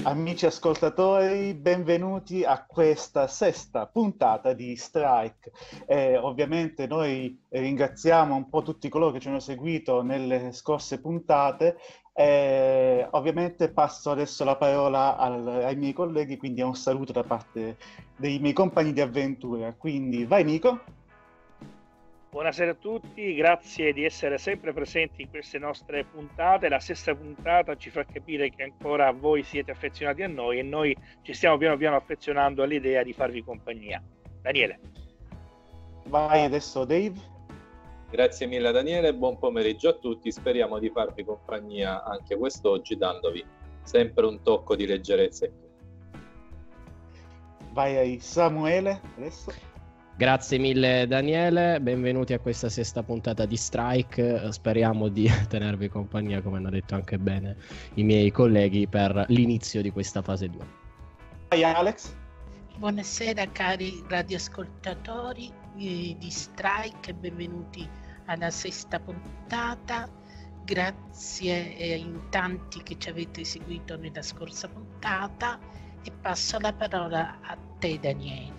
Amici ascoltatori, benvenuti a questa sesta puntata di Strike. Ovviamente noi ringraziamo un po' tutti coloro che ci hanno seguito nelle scorse puntate. Ovviamente passo adesso la parola ai miei colleghi, quindi un saluto da parte dei miei compagni di avventura. Quindi vai Nico. Buonasera a tutti, grazie di essere sempre presenti in queste nostre puntate. La sesta puntata ci fa capire che ancora voi siete affezionati a noi e noi ci stiamo piano piano affezionando all'idea di farvi compagnia. Daniele. Vai adesso Dave. Grazie mille Daniele, buon pomeriggio a tutti, speriamo di farvi compagnia anche quest'oggi dandovi sempre un tocco di leggerezza. Vai Samuele adesso. Grazie mille Daniele, benvenuti a questa sesta puntata di Strike, speriamo di tenervi compagnia, come hanno detto anche bene i miei colleghi, per l'inizio di questa fase 2. Vai Alex. Buonasera cari radioascoltatori di Strike, benvenuti alla sesta puntata, grazie in tanti che ci avete seguito nella scorsa puntata e passo la parola a te Daniele.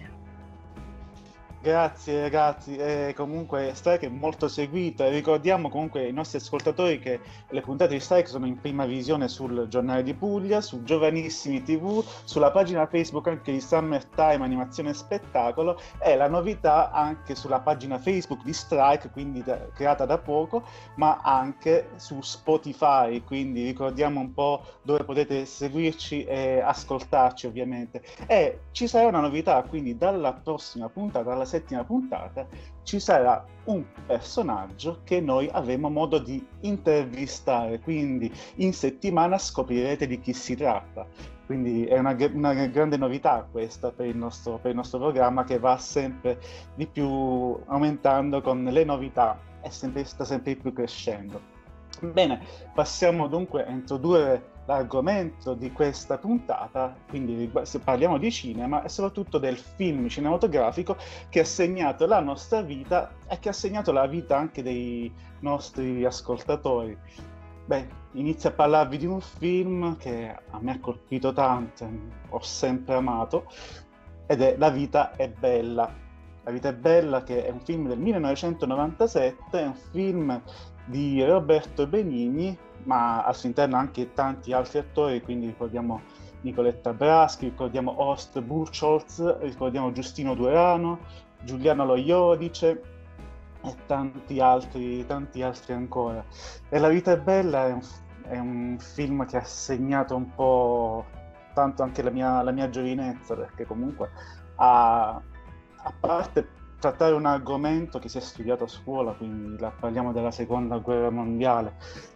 Grazie ragazzi, comunque Strike è molto seguita. Ricordiamo comunque ai nostri ascoltatori che le puntate di Strike sono in prima visione sul Giornale di Puglia, su Giovanissimi TV, sulla pagina Facebook anche di Summertime Animazione e Spettacolo, e la novità anche sulla pagina Facebook di Strike, quindi creata da poco, ma anche su Spotify, quindi ricordiamo un po' dove potete seguirci e ascoltarci ovviamente. E ci sarà una novità, quindi dalla prossima puntata, dalla settima puntata, ci sarà un personaggio che noi avremo modo di intervistare, quindi in settimana scoprirete di chi si tratta. Quindi è una grande novità questa per il nostro programma, che va sempre di più aumentando con le novità e sta sempre più crescendo. Bene, passiamo dunque a introdurre l'argomento di questa puntata, quindi parliamo di cinema e soprattutto del film cinematografico che ha segnato la nostra vita e che ha segnato la vita anche dei nostri ascoltatori. Beh, inizio a parlarvi di un film che a me ha colpito tanto, ho sempre amato, ed è La vita è bella. La vita è bella, che è un film del 1997, è un film di Roberto Benigni, ma al suo interno anche tanti altri attori, quindi ricordiamo Nicoletta Braschi, ricordiamo Horst Buchholz, ricordiamo Giustino Durano, Giuliano Lo Iodice e tanti altri ancora. E La vita è bella è un film che ha segnato un po' tanto anche la mia giovinezza, perché comunque a parte trattare un argomento che si è studiato a scuola, quindi parliamo della seconda guerra mondiale,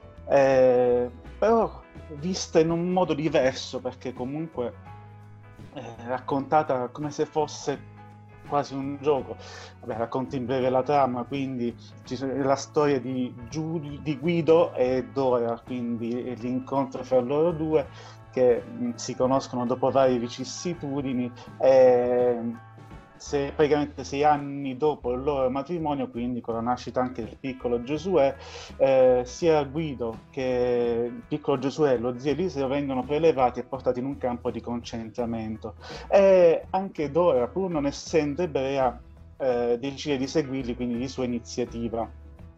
però vista in un modo diverso, perché comunque è raccontata come se fosse quasi un gioco. Vabbè, racconto in breve la trama, quindi la storia di Guido e Dora, quindi l'incontro fra loro due che si conoscono dopo varie vicissitudini, praticamente 6 anni dopo il loro matrimonio, quindi con la nascita anche del piccolo Giosuè, sia Guido che il piccolo Giosuè e lo zio Eliseo vengono prelevati e portati in un campo di concentramento, e anche Dora, pur non essendo ebrea, decide di seguirli, quindi di sua iniziativa.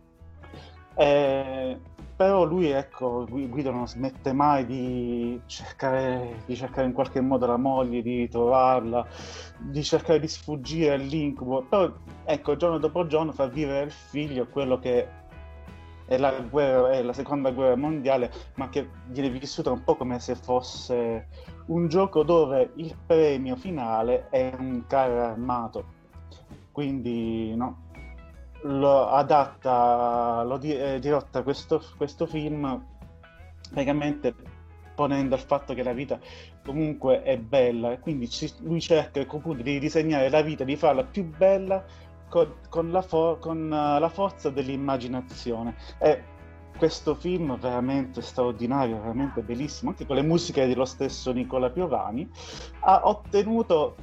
Però lui, ecco, Guido non smette mai di cercare in qualche modo la moglie, di trovarla, di cercare di sfuggire all'incubo. Però, ecco, giorno dopo giorno fa vivere il figlio quello che è la seconda guerra mondiale, ma che viene vissuta un po' come se fosse un gioco dove il premio finale è un carro armato. Quindi, no? Dirotta questo film praticamente ponendo il fatto che la vita comunque è bella, e quindi lui cerca appunto di disegnare la vita, di farla più bella con la forza dell'immaginazione. E questo film veramente straordinario, veramente bellissimo, anche con le musiche dello stesso Nicola Piovani, ha ottenuto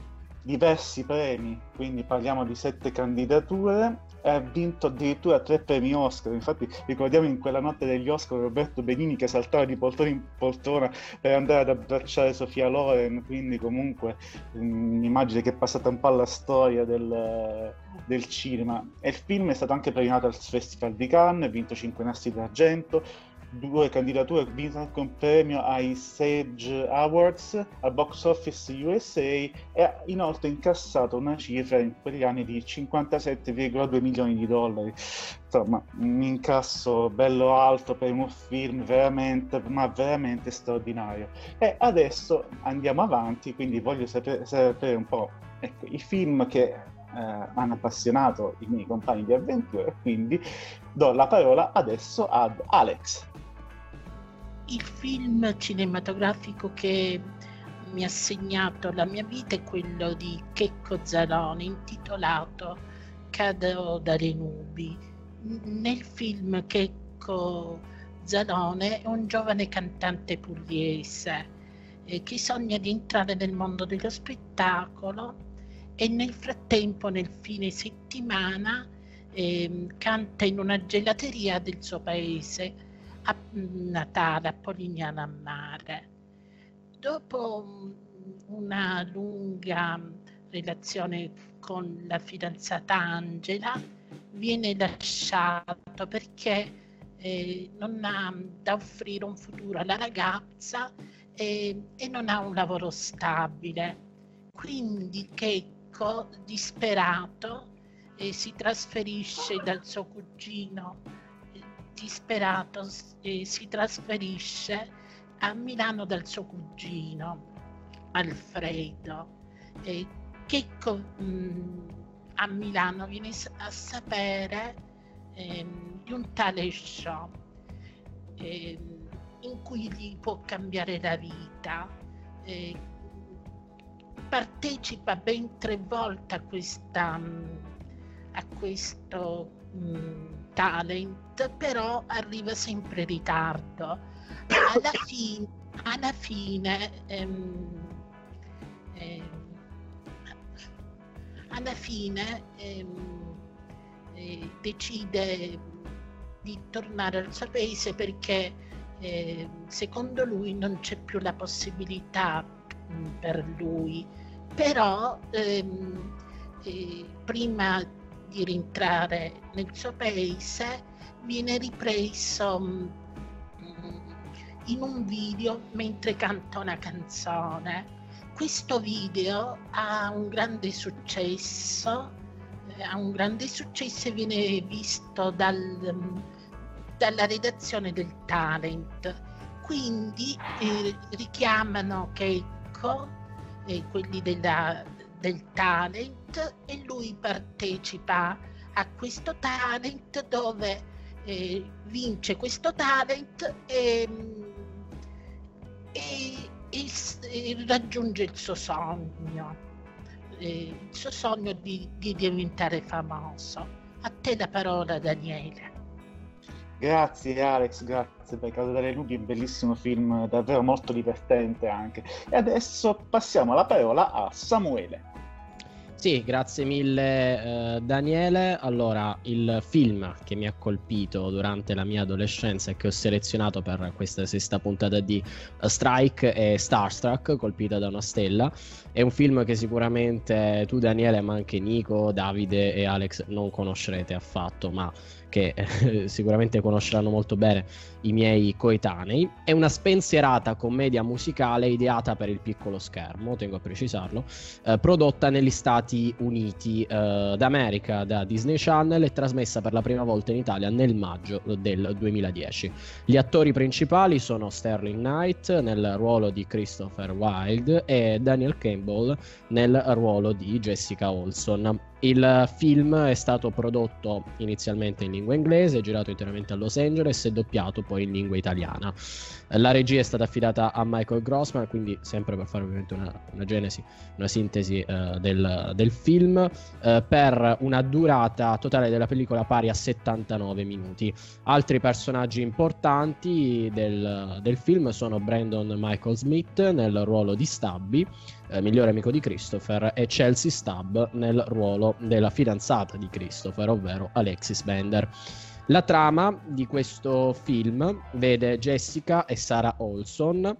diversi premi, quindi parliamo di 7 candidature, e ha vinto addirittura 3 premi Oscar. Infatti ricordiamo in quella notte degli Oscar Roberto Benigni che saltava di poltrona in poltrona per andare ad abbracciare Sofia Loren, quindi comunque un'immagine che è passata un po' alla storia del cinema. E il film è stato anche premiato al Festival di Cannes, ha vinto 5 Nastri d'Argento, 2 candidature, ha vinto anche un premio ai Sage Awards al Box Office USA e ha inoltre incassato una cifra in quegli anni di 57,2 milioni di dollari. Insomma, un incasso bello alto per un film veramente, ma veramente straordinario. E adesso andiamo avanti, quindi voglio sapere un po', ecco, i film che hanno appassionato i miei compagni di avventura, quindi do la parola adesso ad Alex. Il film cinematografico che mi ha segnato la mia vita è quello di Checco Zalone, intitolato Cado dalle nubi. Nel film Checco Zalone è un giovane cantante pugliese che sogna di entrare nel mondo dello spettacolo e nel frattempo, nel fine settimana, canta in una gelateria del suo paese a Natale, a Polignano a Mare. Dopo una lunga relazione con la fidanzata Angela, viene lasciato perché non ha da offrire un futuro alla ragazza e non ha un lavoro stabile. Quindi Checco, disperato, si trasferisce dal suo cugino si trasferisce a Milano dal suo cugino Alfredo. Checco a Milano viene a sapere di un talent show in cui gli può cambiare la vita. Partecipa ben 3 volte a questo talent, però arriva sempre in ritardo. Alla fine decide di tornare al suo paese perché secondo lui non c'è più la possibilità per lui, però prima di rientrare nel suo paese viene ripreso in un video mentre canta una canzone. Questo video ha un grande successo e viene visto dalla redazione del Talent. Quindi richiamano Checco, quelli del Talent, e lui partecipa a questo talent dove vince questo talent e raggiunge il suo sogno di diventare famoso. A te la parola, Daniele. Grazie Alex, grazie, per Cado dalle nubi, un bellissimo film, davvero molto divertente anche. E adesso passiamo la parola a Samuele. Sì, grazie mille Daniele. Allora, il film che mi ha colpito durante la mia adolescenza e che ho selezionato per questa 6ª puntata di Strike è Starstruck, colpita da una stella. È un film che sicuramente tu, Daniele, ma anche Nico, Davide e Alex non conoscerete affatto, ma che sicuramente conosceranno molto bene i miei coetanei. È una spensierata commedia musicale ideata per il piccolo schermo, tengo a precisarlo, prodotta negli Stati Uniti d'America da Disney Channel e trasmessa per la prima volta in Italia nel maggio del 2010. Gli attori principali sono Sterling Knight nel ruolo di Christopher Wilde e Daniel Campbell nel ruolo di Jessica Olson. Il film è stato prodotto inizialmente in lingua inglese, girato interamente a Los Angeles e doppiato poi in lingua italiana. La regia è stata affidata a Michael Grossman, quindi sempre per fare ovviamente una sintesi del film, per una durata totale della pellicola pari a 79 minuti. Altri personaggi importanti del film sono Brandon Michael Smith nel ruolo di Stubby, migliore amico di Christopher, e Chelsea Stubb nel ruolo della fidanzata di Christopher, ovvero Alexis Bender. La trama di questo film vede Jessica e Sarah Olson,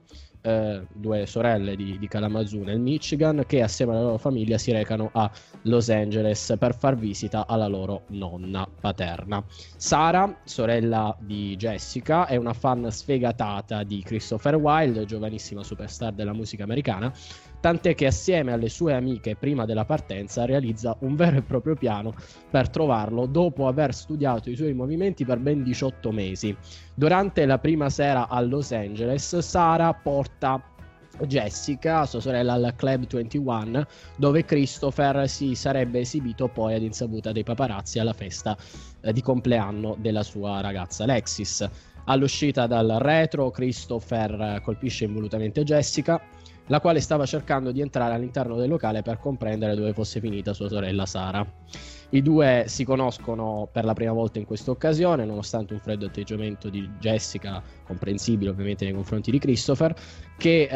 due sorelle di Kalamazoo nel Michigan, che assieme alla loro famiglia si recano a Los Angeles per far visita alla loro nonna paterna. Sarah, sorella di Jessica, è una fan sfegatata di Christopher Wilde, giovanissima superstar della musica americana, tant'è che assieme alle sue amiche prima della partenza realizza un vero e proprio piano per trovarlo dopo aver studiato i suoi movimenti per ben 18 mesi. Durante la prima sera a Los Angeles, Sarah porta Jessica, sua sorella, al Club 21, dove Christopher si sarebbe esibito poi ad insaputa dei paparazzi alla festa di compleanno della sua ragazza Alexis. All'uscita dal retro, Christopher colpisce involutamente Jessica, la quale stava cercando di entrare all'interno del locale per comprendere dove fosse finita sua sorella Sarah. I due si conoscono per la prima volta in questa occasione, nonostante un freddo atteggiamento di Jessica, comprensibile ovviamente nei confronti di Christopher, che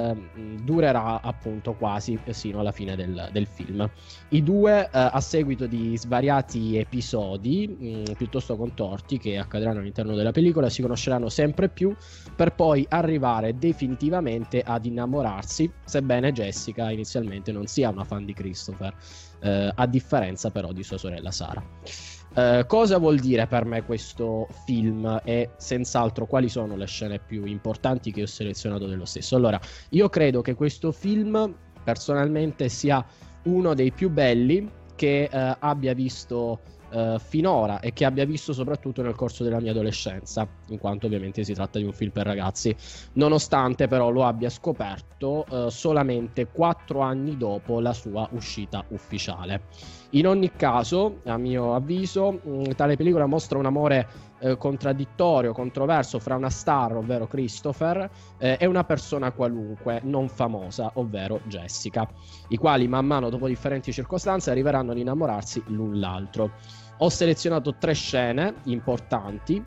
durerà appunto quasi sino alla fine del film. I due, a seguito di svariati episodi piuttosto contorti che accadranno all'interno della pellicola, si conosceranno sempre più per poi arrivare definitivamente ad innamorarsi, sebbene Jessica inizialmente non sia una fan di Christopher, a differenza però di sua sorella Sarah. Cosa vuol dire per me questo film e senz'altro quali sono le scene più importanti che ho selezionato dello stesso? Allora, io credo che questo film personalmente sia uno dei più belli che abbia visto finora e che abbia visto soprattutto nel corso della mia adolescenza, in quanto ovviamente si tratta di un film per ragazzi, nonostante però lo abbia scoperto solamente 4 anni dopo la sua uscita ufficiale. In ogni caso, a mio avviso, tale pellicola mostra un amore contraddittorio, controverso fra una star, ovvero Christopher, e una persona qualunque, non famosa, ovvero Jessica, i quali man mano, dopo differenti circostanze, arriveranno ad innamorarsi l'un l'altro. Ho selezionato 3 scene importanti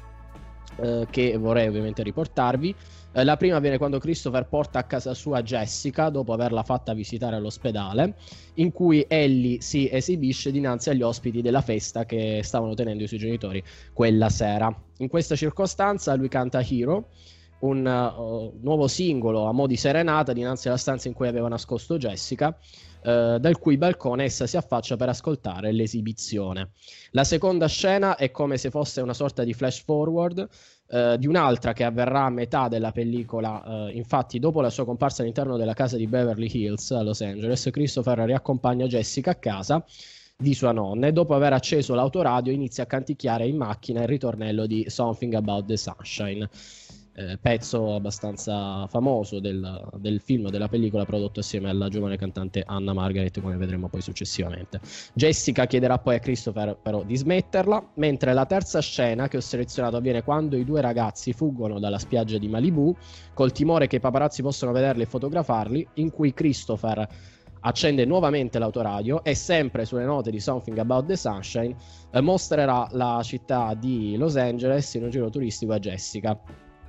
che vorrei ovviamente riportarvi. La prima avviene quando Christopher porta a casa sua Jessica dopo averla fatta visitare all'ospedale, in cui Ellie si esibisce dinanzi agli ospiti della festa che stavano tenendo i suoi genitori quella sera. In questa circostanza lui canta Hero, un nuovo singolo a mo' di serenata dinanzi alla stanza in cui aveva nascosto Jessica, dal cui balcone essa si affaccia per ascoltare l'esibizione. La seconda scena è come se fosse una sorta di flash forward di un'altra che avverrà a metà della pellicola. Infatti, dopo la sua comparsa all'interno della casa di Beverly Hills a Los Angeles, Christopher riaccompagna Jessica a casa di sua nonna e dopo aver acceso l'autoradio inizia a canticchiare in macchina il ritornello di Something About the Sunshine, pezzo abbastanza famoso del film, della pellicola, prodotto assieme alla giovane cantante Anna Margaret, come vedremo poi successivamente. Jessica chiederà poi a Christopher però di smetterla, mentre la terza scena che ho selezionato avviene quando i due ragazzi fuggono dalla spiaggia di Malibu col timore che i paparazzi possano vederli e fotografarli, in cui Christopher accende nuovamente l'autoradio e sempre sulle note di Something About the Sunshine mostrerà la città di Los Angeles in un giro turistico a Jessica.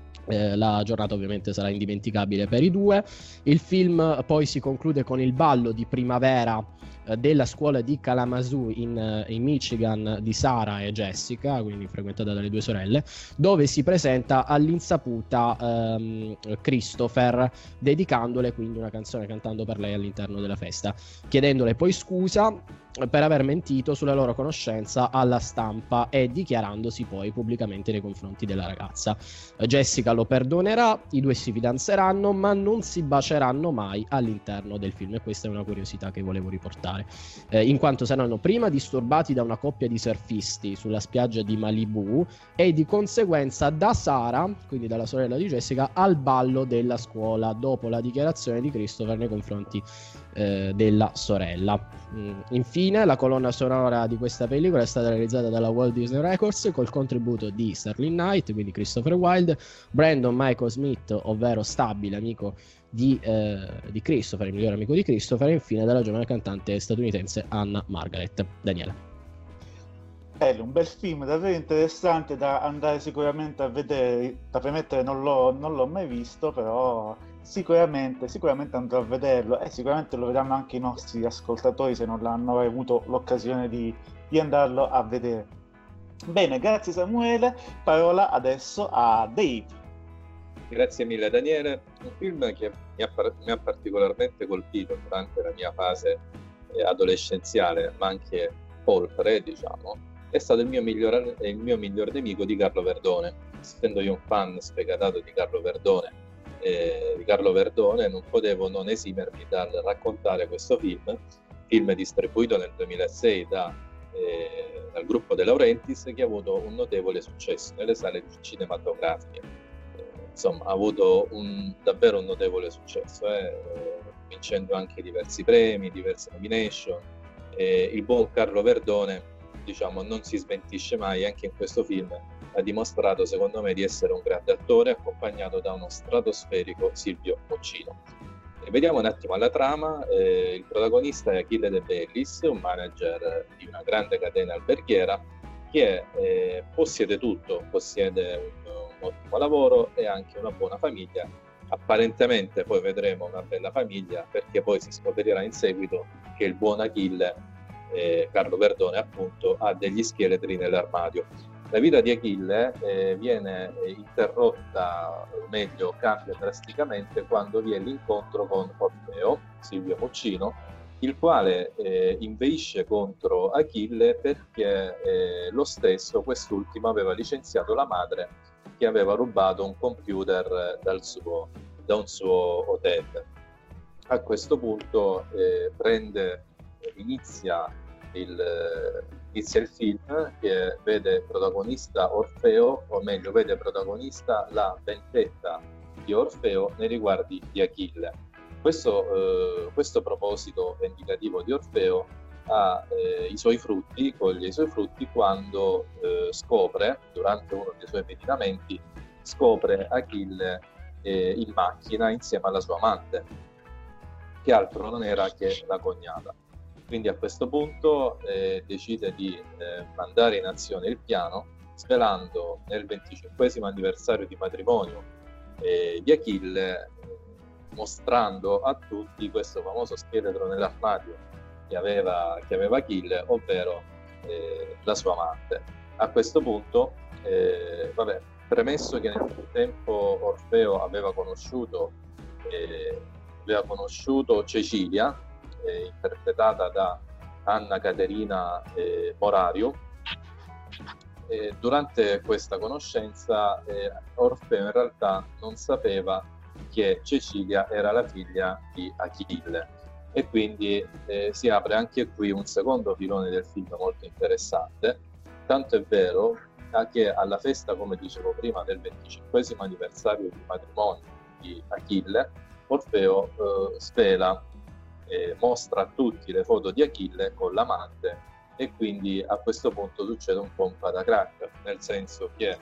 La giornata ovviamente sarà indimenticabile per i due. Il film poi si conclude con il ballo di primavera della scuola di Kalamazoo in Michigan di Sarah e Jessica, quindi frequentata dalle due sorelle, dove si presenta all'insaputa Christopher, dedicandole quindi una canzone, cantando per lei all'interno della festa, chiedendole poi scusa per aver mentito sulla loro conoscenza alla stampa e dichiarandosi poi pubblicamente nei confronti della ragazza. Jessica lo perdonerà, i due si fidanzeranno, ma non si bacieranno mai all'interno del film, e questa è una curiosità che volevo riportare, in quanto saranno prima disturbati da una coppia di surfisti sulla spiaggia di Malibu e di conseguenza da Sarah, quindi dalla sorella di Jessica, al ballo della scuola dopo la dichiarazione di Christopher nei confronti della sorella. Infine, la colonna sonora di questa pellicola è stata realizzata dalla Walt Disney Records col contributo di Sterling Knight, quindi Christopher Wilde, Brandon Michael Smith, ovvero stabile amico di Christopher, il migliore amico di Christopher, e infine dalla giovane cantante statunitense Anna Margaret. Daniele. Un bel film davvero interessante da andare sicuramente a vedere. Da premettere non l'ho mai visto, però sicuramente andrò a vederlo e sicuramente lo vedranno anche i nostri ascoltatori se non l'hanno mai avuto l'occasione di andarlo a vedere. Bene, grazie Samuele, parola adesso a Dave. Grazie mille Daniele, un film che mi ha particolarmente colpito durante la mia fase adolescenziale, ma anche oltre, diciamo, è stato il mio miglior nemico di Carlo Verdone. Essendo io un fan sfegatato di Carlo Verdone, non potevo non esimermi dal raccontare questo film distribuito nel 2006 dal gruppo De Laurentiis, che ha avuto un notevole successo nelle sale cinematografiche. Insomma, ha avuto davvero un notevole successo, vincendo anche diversi premi, diverse nomination. Il buon Carlo Verdone, diciamo, non si smentisce mai, anche in questo film ha dimostrato, secondo me, di essere un grande attore, accompagnato da uno stratosferico Silvio Muccino. E vediamo un attimo la trama. Il protagonista è Achille De Bellis, un manager di una grande catena alberghiera che possiede tutto, possiede un ottimo lavoro e anche una buona famiglia. Apparentemente poi vedremo una bella famiglia, perché poi si scoprirà in seguito che il buon Achille, Carlo Verdone appunto, ha degli scheletri nell'armadio. La vita di Achille viene interrotta, o meglio cambia drasticamente, quando vi è l'incontro con Orfeo, Silvio Muccino, il quale inveisce contro Achille perché lo stesso, quest'ultimo, aveva licenziato la madre, che aveva rubato un computer da un suo hotel. A questo punto inizia il film, che vede protagonista Orfeo, o meglio vede protagonista la vendetta di Orfeo nei riguardi di Achille. Questo proposito vendicativo di Orfeo coglie i suoi frutti quando scopre, durante uno dei suoi avvenimenti, scopre Achille in macchina insieme alla sua amante, che altro non era che la cognata. Quindi a questo punto decide di mandare in azione il piano, svelando nel 25° anniversario di matrimonio di Achille, mostrando a tutti questo famoso scheletro nell'armadio che aveva Achille, ovvero la sua amante. A questo punto, premesso che nel frattempo Orfeo aveva conosciuto Cecilia, interpretata da Anna Caterina Morario, durante questa conoscenza Orfeo in realtà non sapeva che Cecilia era la figlia di Achille, e quindi si apre anche qui un secondo filone del film molto interessante, tanto è vero che alla festa, come dicevo prima, del 25° anniversario di matrimonio di Achille, Orfeo svela, mostra a tutti le foto di Achille con l'amante, e quindi a questo punto succede un po' un patacrac, nel senso che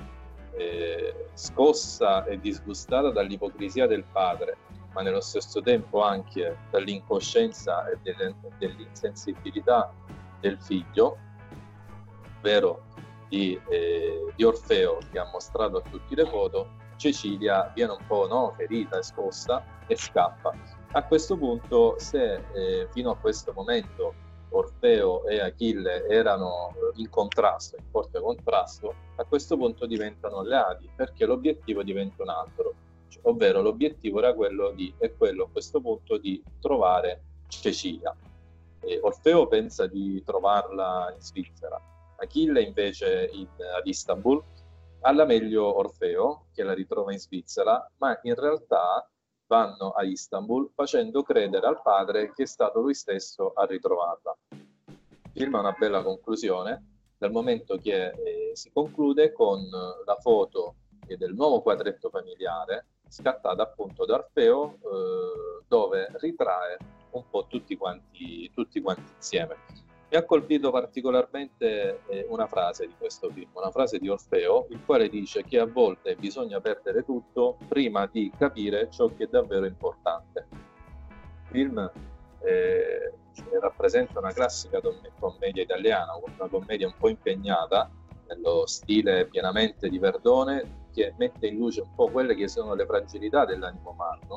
scossa e disgustata dall'ipocrisia del padre, ma nello stesso tempo anche dall'incoscienza e dell'insensibilità del figlio, ovvero di Orfeo, che ha mostrato a tutti le foto, Cecilia viene un po' ferita e scossa e scappa. A questo punto, se fino a questo momento Orfeo e Achille erano in forte contrasto, a questo punto diventano alleati, perché l'obiettivo diventa un altro, ovvero l'obiettivo era quello a questo punto di trovare Cecilia. Orfeo pensa di trovarla in Svizzera, Achille invece ad Istanbul. Alla meglio Orfeo, che la ritrova in Svizzera, ma in realtà vanno a Istanbul facendo credere al padre che è stato lui stesso a ritrovarla. Il film ha una bella conclusione, dal momento che si conclude con la foto del nuovo quadretto familiare scattata appunto da Orfeo, dove ritrae un po' tutti quanti insieme. Mi ha colpito particolarmente una frase di questo film, una frase di Orfeo, il quale dice che a volte bisogna perdere tutto prima di capire ciò che è davvero importante. Il film rappresenta una classica commedia italiana, una commedia un po' impegnata, nello stile pienamente di Verdone, che mette in luce un po' quelle che sono le fragilità dell'animo umano,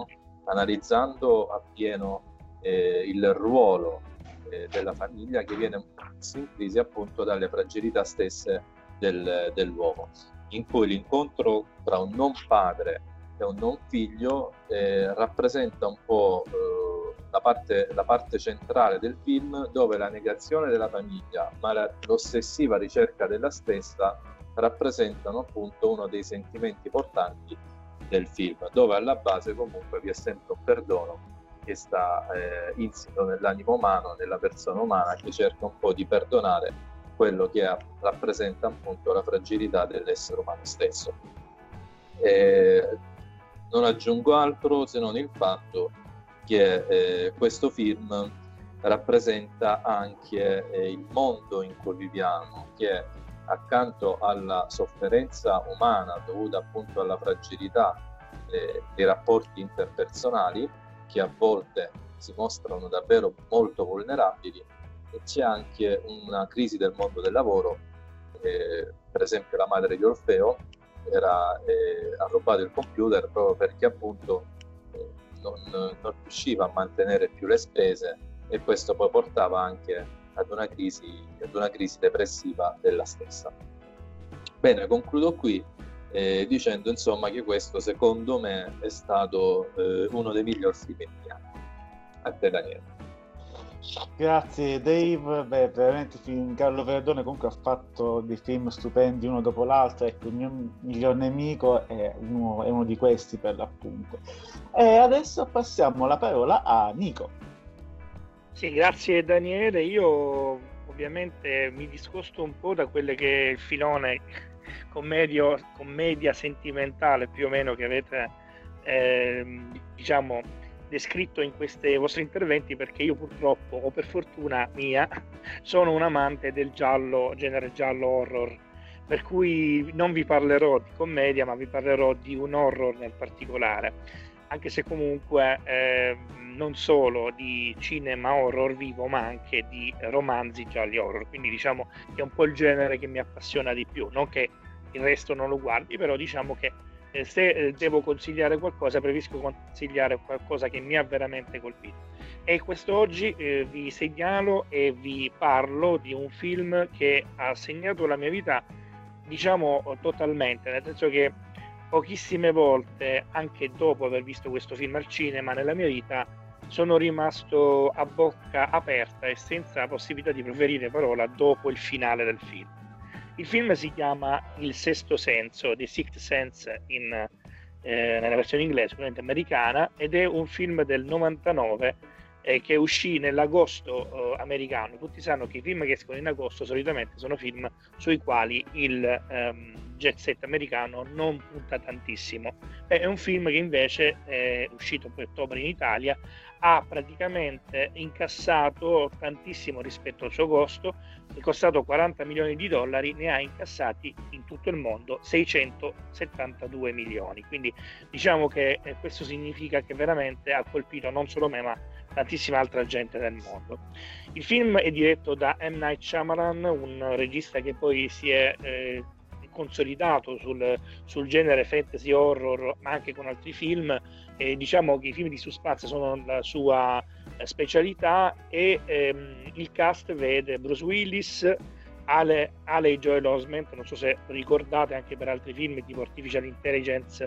analizzando appieno il ruolo della famiglia, che viene messo in crisi appunto dalle fragilità stesse dell'uomo, in cui l'incontro tra un non padre e un non figlio rappresenta un po' la parte centrale del film, dove la negazione della famiglia ma l'ossessiva ricerca della stessa rappresentano appunto uno dei sentimenti portanti del film, dove alla base comunque vi è sempre un perdono che sta insito nell'animo umano, nella persona umana, che cerca un po' di perdonare quello che rappresenta appunto la fragilità dell'essere umano stesso. Non aggiungo altro se non il fatto che questo film rappresenta anche il mondo in cui viviamo, che accanto alla sofferenza umana dovuta appunto alla fragilità dei rapporti interpersonali, che a volte si mostrano davvero molto vulnerabili, e c'è anche una crisi del mondo del lavoro. Per esempio la madre di Orfeo ha rubato il computer proprio perché appunto non riusciva a mantenere più le spese, e questo poi portava anche ad una crisi depressiva della stessa. Bene, concludo qui dicendo insomma che questo secondo me è stato uno dei migliori film italiani. A te, Daniele. Grazie Dave. Beh, veramente Carlo Verdone comunque ha fatto dei film stupendi uno dopo l'altro. Ecco, il mio miglior nemico è uno di questi, per l'appunto. E adesso passiamo la parola a Nico. Sì, grazie Daniele. Io ovviamente mi discosto un po' da quelle che è il filone commedia sentimentale più o meno che avete diciamo descritto in questi vostri interventi, perché io purtroppo, o per fortuna mia, sono un amante del genere giallo horror, per cui non vi parlerò di commedia, ma vi parlerò di un horror nel particolare, anche se comunque non solo di cinema horror vivo, ma anche di romanzi gialli horror, quindi diciamo che è un po' il genere che mi appassiona di più, non che il resto non lo guardi, però diciamo che se devo consigliare qualcosa, preferisco consigliare qualcosa che mi ha veramente colpito. E quest'oggi vi segnalo e vi parlo di un film che ha segnato la mia vita, diciamo totalmente, nel senso che pochissime volte, anche dopo aver visto questo film al cinema nella mia vita, sono rimasto a bocca aperta e senza possibilità di proferire parola dopo il finale del film. Il film si chiama Il Sesto Senso, The Sixth Sense nella versione inglese, ovviamente americana, ed è un film del 99 che uscì nell'agosto americano. Tutti sanno che i film che escono in agosto solitamente sono film sui quali il jet set americano non punta tantissimo. È un film che invece è uscito poi a ottobre in Italia, ha praticamente incassato tantissimo rispetto al suo costo, è costato $40 milioni, ne ha incassati in tutto il mondo 672 milioni, quindi diciamo che questo significa che veramente ha colpito non solo me ma tantissima altra gente del mondo. Il film è diretto da M. Night Shyamalan, un regista che poi si è consolidato sul genere fantasy horror, ma anche con altri film. Diciamo che i film di suspense sono la sua specialità, e il cast vede Bruce Willis, Haley Joel Osment, non so se ricordate anche per altri film tipo Artificial Intelligence,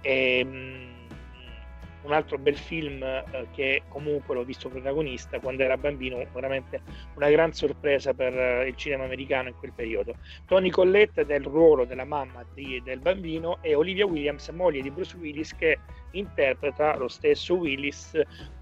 e un altro bel film che comunque l'ho visto protagonista quando era bambino, veramente una gran sorpresa per il cinema americano in quel periodo. Toni Collette del ruolo della mamma del bambino, e Olivia Williams, moglie di Bruce Willis, che interpreta lo stesso Willis,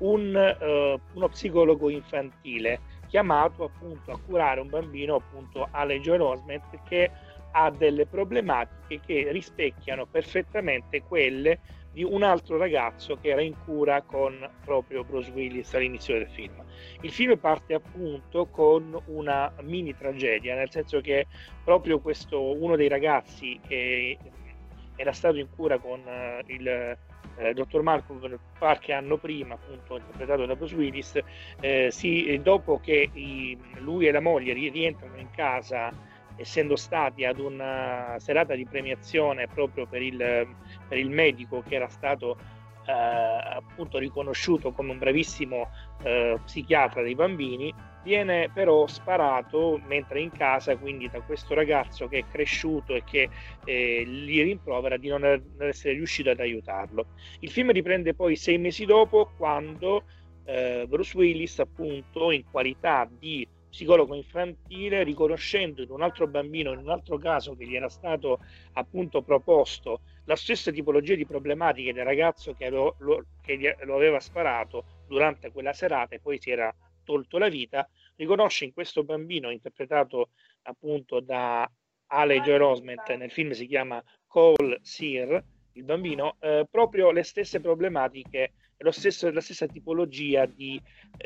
uno psicologo infantile chiamato appunto a curare un bambino, appunto Haley Joel Osment, che ha delle problematiche che rispecchiano perfettamente quelle di un altro ragazzo che era in cura con proprio Bruce Willis all'inizio del film. Il film parte appunto con una mini tragedia, nel senso che proprio uno dei ragazzi che era stato in cura con il dottor Malcolm qualche anno prima, appunto interpretato da Bruce Willis, dopo che lui e la moglie rientrano in casa, essendo stati ad una serata di premiazione proprio per il medico che era stato appunto riconosciuto come un bravissimo psichiatra dei bambini, viene però sparato mentre è in casa, quindi da questo ragazzo che è cresciuto e che gli rimprovera di non essere riuscito ad aiutarlo. Il film riprende poi 6 mesi dopo, quando Bruce Willis, appunto, in qualità di psicologo infantile, riconoscendo in un altro bambino, in un altro caso che gli era stato appunto proposto la stessa tipologia di problematiche del ragazzo che lo aveva sparato durante quella serata e poi si era tolto la vita, riconosce in questo bambino, interpretato appunto da Haley Joel Osment, nel film si chiama Cole Sear, il bambino, proprio le stesse problematiche, la stessa tipologia di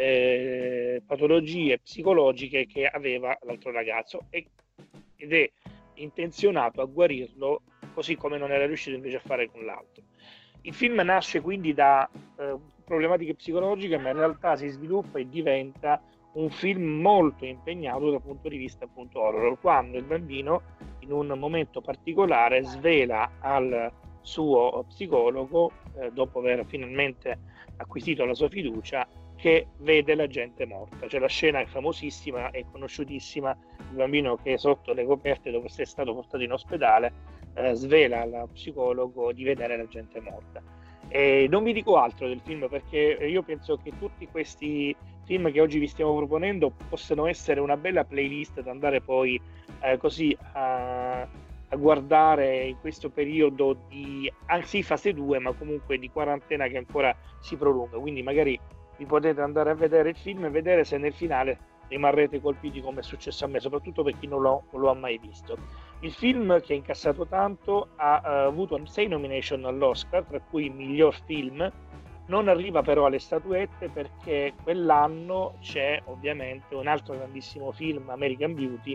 patologie psicologiche che aveva l'altro ragazzo, ed è intenzionato a guarirlo, così come non era riuscito invece a fare con l'altro. Il film nasce quindi da problematiche psicologiche, ma in realtà si sviluppa e diventa un film molto impegnato dal punto di vista appunto horror, quando il bambino in un momento particolare svela al suo psicologo, dopo aver finalmente acquisito la sua fiducia, che vede la gente morta. C'è la scena famosissima e conosciutissima, il bambino che sotto le coperte, dopo essere stato portato in ospedale, svela al psicologo di vedere la gente morta. E non vi dico altro del film, perché io penso che tutti questi film che oggi vi stiamo proponendo possano essere una bella playlist da andare poi così a guardare in questo periodo di, anzi fase 2, ma comunque di quarantena che ancora si prolunga. Quindi magari vi potete andare a vedere il film e vedere se nel finale rimarrete colpiti, come è successo a me, soprattutto per chi non lo ha mai visto. Il film, che ha incassato tanto, ha avuto 6 nomination all'Oscar, tra cui miglior film. Non arriva però alle statuette, perché quell'anno c'è ovviamente un altro grandissimo film, American Beauty,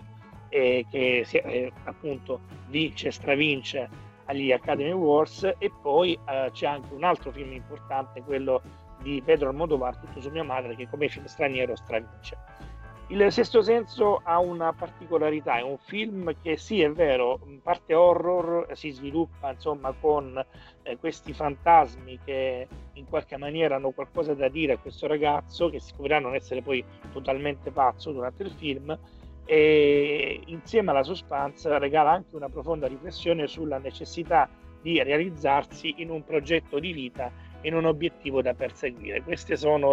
che appunto stravince agli Academy Awards, e poi c'è anche un altro film importante, quello di Pedro Almodóvar, Tutto su mia madre, che come film straniero stravince. Il Sesto Senso ha una particolarità, è un film che sì, è vero, in parte horror, si sviluppa insomma con questi fantasmi che in qualche maniera hanno qualcosa da dire a questo ragazzo, che scoprirà non essere poi totalmente pazzo durante il film, e insieme alla suspense regala anche una profonda riflessione sulla necessità di realizzarsi in un progetto di vita, in un obiettivo da perseguire. Questi sono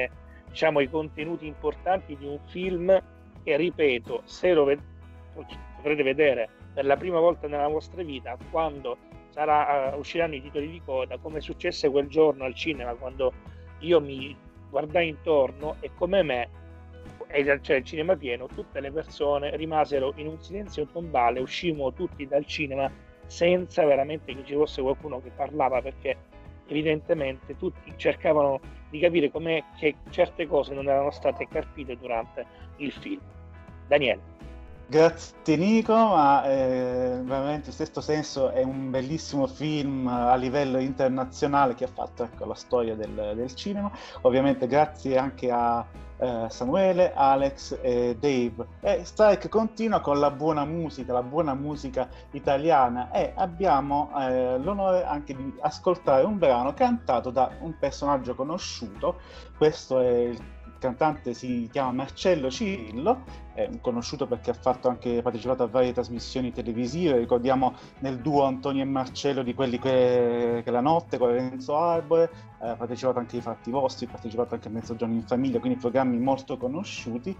i contenuti importanti di un film che, ripeto, se dovrete vedere per la prima volta nella vostra vita, quando usciranno i titoli di coda, come successe quel giorno al cinema, quando io mi guardai intorno e come me, c'era il cinema pieno, tutte le persone rimasero in un silenzio tombale, uscimmo tutti dal cinema senza veramente che ci fosse qualcuno che parlava, perché evidentemente tutti cercavano di capire com'è che certe cose non erano state carpite durante il film. Daniele. Grazie Nico, ma veramente Il Sesto Senso è un bellissimo film a livello internazionale che ha fatto la storia del cinema. Ovviamente grazie anche a Samuele, Alex e Dave. E Strike continua con la buona musica italiana, e abbiamo l'onore anche di ascoltare un brano cantato da un personaggio conosciuto. Questo è il cantante, si chiama Marcello Cirillo, è conosciuto perché ha partecipato a varie trasmissioni televisive. Ricordiamo nel duo Antonio e Marcello di quelli che la notte con Lorenzo Arbore, ha partecipato anche ai Fatti Vostri, ha partecipato anche a Mezzogiorno in Famiglia, quindi programmi molto conosciuti.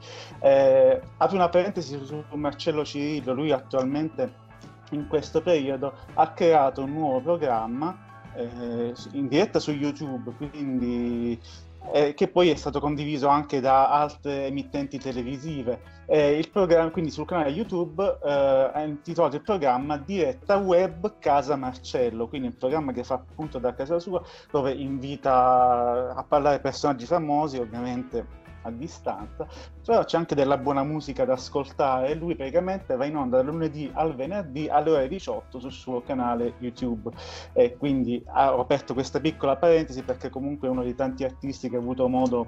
Apro una parentesi su Marcello Cirillo: lui attualmente in questo periodo ha creato un nuovo programma in diretta su YouTube, quindi che poi è stato condiviso anche da altre emittenti televisive. Il programma, quindi sul canale YouTube, ha intitolato il programma Diretta Web Casa Marcello, quindi un programma che fa appunto da casa sua, dove invita a parlare personaggi famosi, ovviamente a distanza, però c'è anche della buona musica da ascoltare, e lui praticamente va in onda dal lunedì al venerdì alle ore 18 sul suo canale YouTube. E quindi ho aperto questa piccola parentesi perché comunque è uno dei tanti artisti che ha avuto modo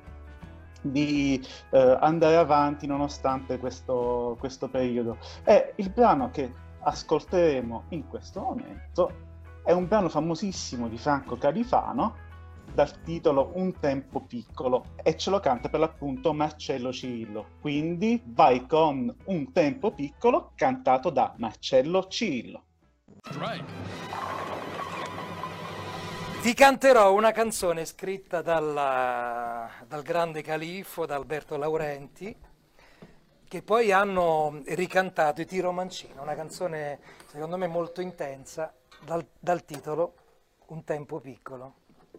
di andare avanti nonostante questo periodo. E il brano che ascolteremo in questo momento è un brano famosissimo di Franco Califano, dal titolo Un tempo piccolo, e ce lo canta per l'appunto Marcello Cirillo. Quindi vai con Un tempo piccolo cantato da Marcello Cirillo. Vi canterò una canzone scritta dal grande califfo, da Alberto Laurenti, che poi hanno ricantato i Tiro Mancino, una canzone secondo me molto intensa, dal titolo Un tempo piccolo.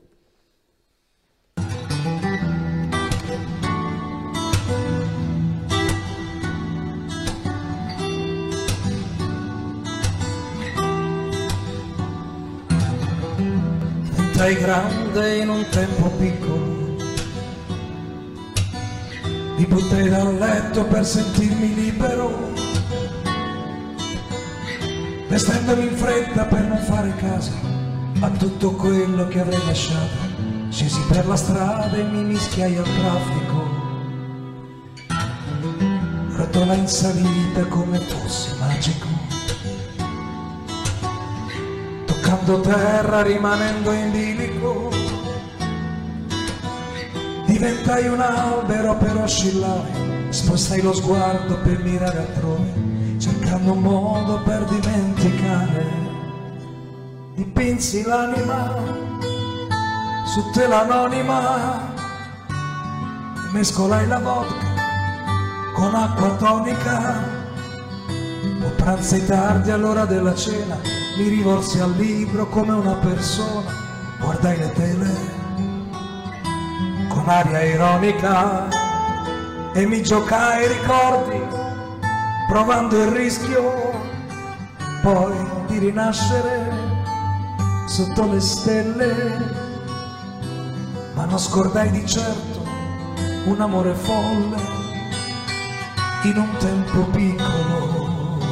Diventai grande in un tempo piccolo, mi buttai dal letto per sentirmi libero, vestendomi in fretta per non fare caso a tutto quello che avrei lasciato. Scesi per la strada e mi mischiai al traffico, rotola in salita come fosse magico, toccando terra rimanendo in bilico. Diventai un albero per oscillare, spostai lo sguardo per mirare altrove, cercando un modo per dimenticare. Dipinsi l'anima su tela anonima, mescolai la vodka con acqua tonica. O pranzai tardi all'ora della cena, mi rivolsi al libro come una persona, guardai le tele con aria ironica e mi giocai ai ricordi, provando il rischio poi di rinascere sotto le stelle. Ma non scordai di certo un amore folle in un tempo piccolo.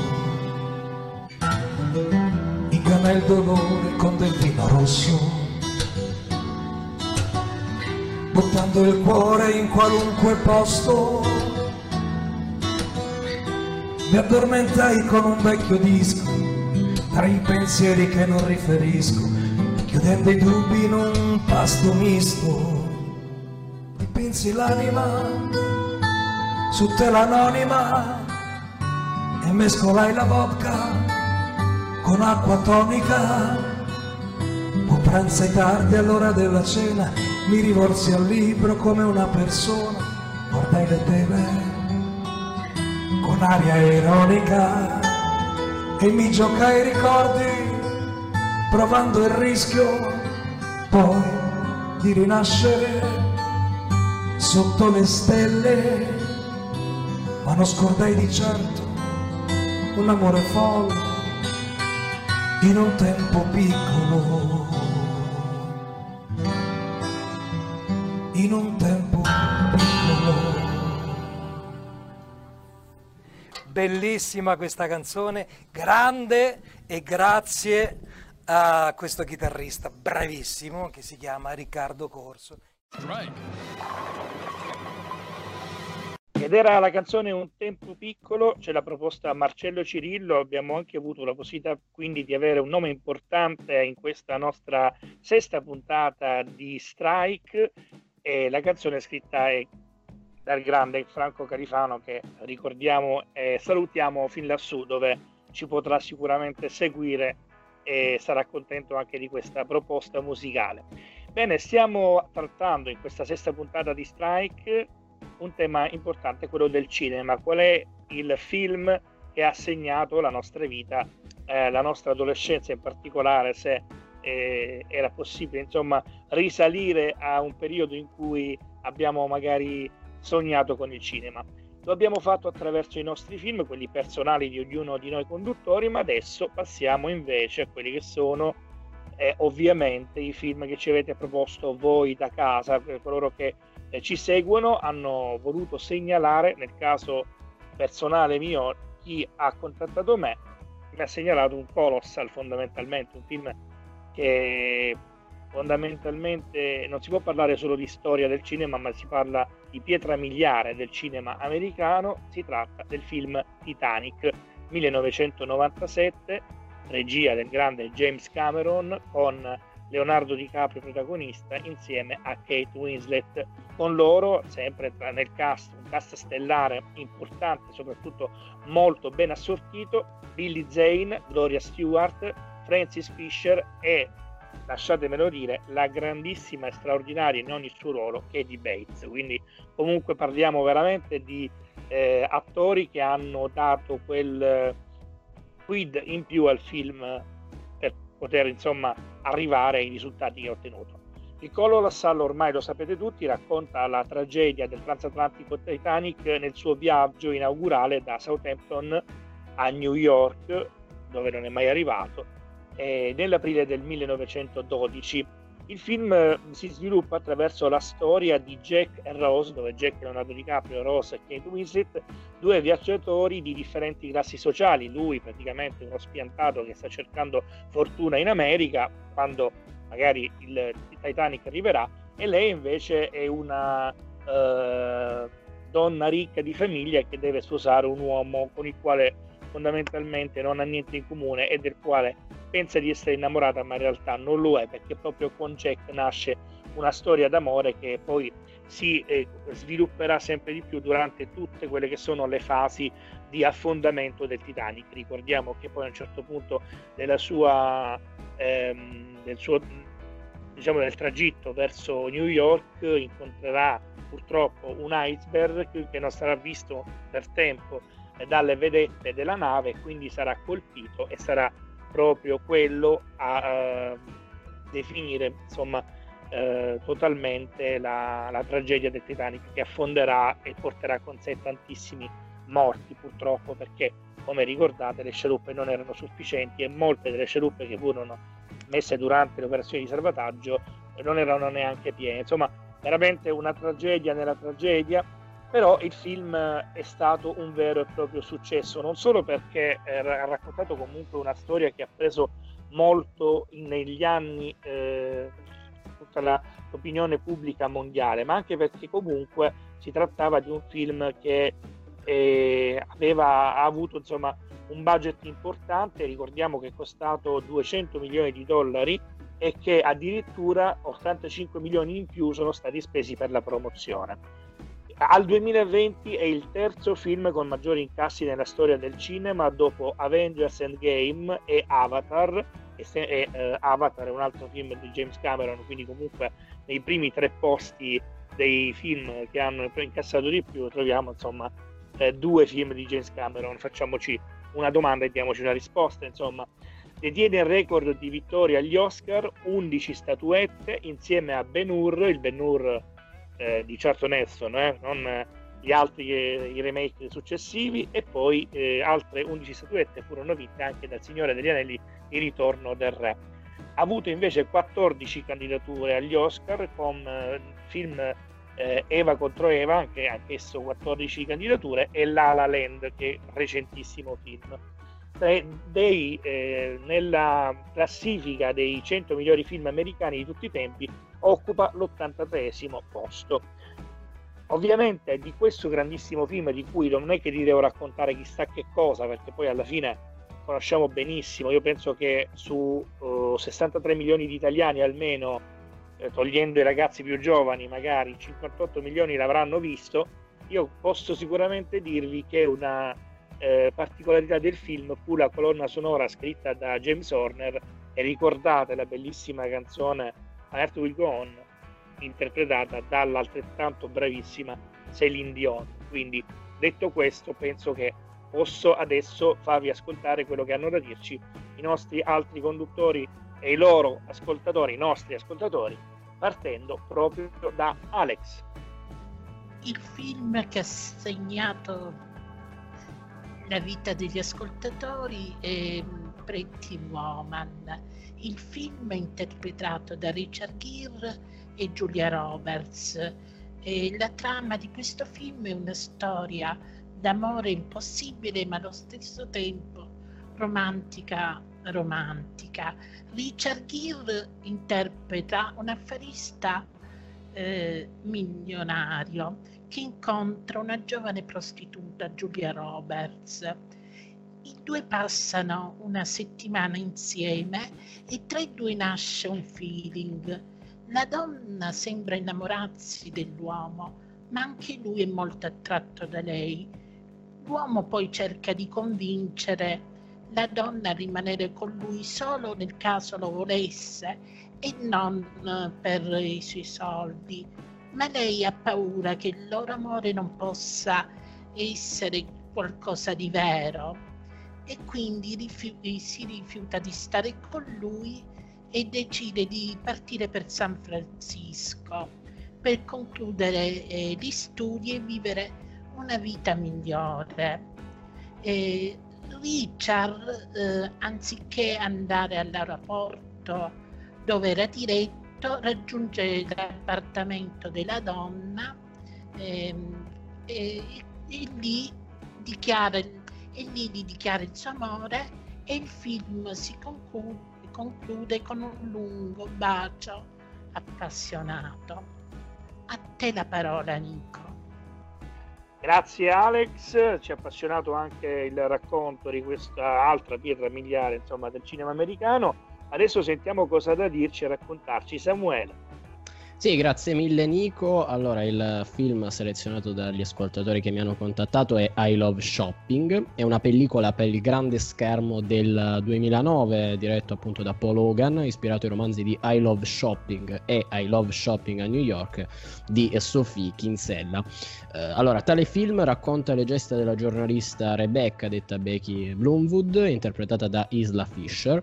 Ingannai il dolore con del vino rosso, buttando il cuore in qualunque posto. Mi addormentai con un vecchio disco, tra i pensieri che non riferisco, chiudendo i dubbi in un pasto misto. Dipinsi l'anima su tela anonima e mescolai la vodka con acqua tonica. O pranzai tardi all'ora della cena, mi rivolsi al libro come una persona, guardai le tele con aria ironica e mi giocai ai ricordi, provando il rischio poi di rinascere sotto le stelle. Ma non scordai di certo un amore folle in un tempo piccolo. In un tempo piccolo. Bellissima questa canzone, grande, e grazie a questo chitarrista bravissimo che si chiama Riccardo Corso. Ed era la canzone Un tempo piccolo, ce l'ha proposta Marcello Cirillo. Abbiamo anche avuto la possibilità quindi di avere un nome importante in questa nostra sesta puntata di Strike, e la canzone scritta è dal grande Franco Califano, che ricordiamo e salutiamo fin lassù, dove ci potrà sicuramente seguire e sarà contento anche di questa proposta musicale. Bene, stiamo trattando in questa sesta puntata di Strike un tema importante, quello del cinema. Qual è il film che ha segnato la nostra vita, la nostra adolescenza in particolare, se era possibile insomma risalire a un periodo in cui abbiamo magari sognato con il cinema. Lo abbiamo fatto attraverso i nostri film, quelli personali di ognuno di noi conduttori, ma adesso passiamo invece a quelli che sono ovviamente i film che ci avete proposto voi da casa, per coloro che ci seguono, hanno voluto segnalare. Nel caso personale mio, chi ha contattato me mi ha segnalato un Colossal, fondamentalmente un film che fondamentalmente non si può parlare solo di storia del cinema, ma si parla di pietra miliare del cinema americano. Si tratta del film Titanic, 1997, regia del grande James Cameron, con Leonardo DiCaprio protagonista insieme a Kate Winslet. Con loro, sempre nel cast, un cast stellare importante, soprattutto molto ben assortito, Billy Zane, Gloria Stewart, Frances Fisher e, lasciatemelo dire, la grandissima e straordinaria in ogni suo ruolo Katie Bates. Quindi comunque parliamo veramente di attori che hanno dato quel quid in più al film per poter insomma arrivare ai risultati che ha ottenuto. Il Colossal, ormai lo sapete tutti, racconta la tragedia del transatlantico Titanic nel suo viaggio inaugurale da Southampton a New York, dove non è mai arrivato, nell'aprile del 1912. Il film si sviluppa attraverso la storia di Jack e Rose, dove Jack è Leonardo DiCaprio, Rose e Kate Winslet, due viaggiatori di differenti classi sociali. Lui praticamente uno spiantato che sta cercando fortuna in America quando magari il Titanic arriverà, e lei invece è una donna ricca di famiglia che deve sposare un uomo con il quale fondamentalmente non ha niente in comune e del quale pensa di essere innamorata, ma in realtà non lo è, perché proprio con Jack nasce una storia d'amore che poi si svilupperà sempre di più durante tutte quelle che sono le fasi di affondamento del Titanic. Ricordiamo che poi a un certo punto del tragitto verso New York incontrerà purtroppo un iceberg che non sarà visto per tempo dalle vedette della nave, quindi sarà colpito e sarà proprio quello a definire insomma totalmente la tragedia del Titanic, che affonderà e porterà con sé tantissimi morti purtroppo, perché come ricordate le scialuppe non erano sufficienti e molte delle scialuppe che furono messe durante le operazioni di salvataggio non erano neanche piene. Insomma, veramente una tragedia nella tragedia. Però il film è stato un vero e proprio successo, non solo perché ha raccontato comunque una storia che ha preso molto negli anni tutta l'opinione pubblica mondiale, ma anche perché comunque si trattava di un film che aveva avuto insomma un budget importante. Ricordiamo che è costato 200 milioni di dollari e che addirittura 85 milioni in più sono stati spesi per la promozione. Al 2020 è il terzo film con maggiori incassi nella storia del cinema, dopo Avengers Endgame e Avatar. Avatar è un altro film di James Cameron, quindi comunque nei primi tre posti dei film che hanno incassato di più troviamo insomma due film di James Cameron. Facciamoci una domanda e diamoci una risposta. Insomma, detiene il record di vittorie agli Oscar, 11 statuette insieme a Ben-Hur, il Ben-Hur di Charlton Heston, non gli altri i remake successivi, e poi altre 11 statuette furono vinte anche dal Signore degli Anelli, Il ritorno del re. Ha avuto invece 14 candidature agli Oscar con film Eva contro Eva, anch'esso 14 candidature, e La La Land, che è un recentissimo film. Nella classifica dei 100 migliori film americani di tutti i tempi occupa l'83esimo posto. Ovviamente di questo grandissimo film, di cui non è che vi devo raccontare chissà che cosa, perché poi alla fine conosciamo benissimo, io penso che su 63 milioni di italiani almeno, togliendo i ragazzi più giovani, magari 58 milioni l'avranno visto. Io posso sicuramente dirvi che una particolarità del film fu la colonna sonora scritta da James Horner, e ricordate la bellissima canzone My Heart Will Go On, interpretata dall'altrettanto bravissima Céline Dion. Quindi, detto questo, penso che posso adesso farvi ascoltare quello che hanno da dirci i nostri altri conduttori e i loro ascoltatori, i nostri ascoltatori, partendo proprio da Alex. Il film che ha segnato la vita degli ascoltatori è Pretty Woman. Il film è interpretato da Richard Gere e Julia Roberts. E la trama di questo film è una storia d'amore impossibile, ma allo stesso tempo romantica. Richard Gere interpreta un affarista milionario che incontra una giovane prostituta, Julia Roberts, I due passano una settimana insieme e tra i due nasce un feeling. La donna sembra innamorarsi dell'uomo, ma anche lui è molto attratto da lei. L'uomo poi cerca di convincere la donna a rimanere con lui solo nel caso lo volesse e non per i suoi soldi, ma lei ha paura che il loro amore non possa essere qualcosa di vero e quindi si rifiuta di stare con lui e decide di partire per San Francisco per concludere gli studi e vivere una vita migliore. Richard, anziché andare all'aeroporto dove era diretto, raggiunge l'appartamento della donna e lì gli dichiara il suo amore e il film si conclude con un lungo bacio appassionato. A te la parola, Nico. Grazie Alex, ci ha appassionato anche il racconto di questa altra pietra miliare, insomma, del cinema americano. Adesso sentiamo cosa ha da dirci e raccontarci Samuele. Sì, grazie mille Nico. Allora, il film selezionato dagli ascoltatori che mi hanno contattato è I Love Shopping. È una pellicola per il grande schermo del 2009, diretto appunto da Paul Hogan, ispirato ai romanzi di I Love Shopping e I Love Shopping a New York di Sophie Kinsella. Allora, tale film racconta le gesta della giornalista Rebecca, detta Becky Bloomwood, interpretata da Isla Fisher,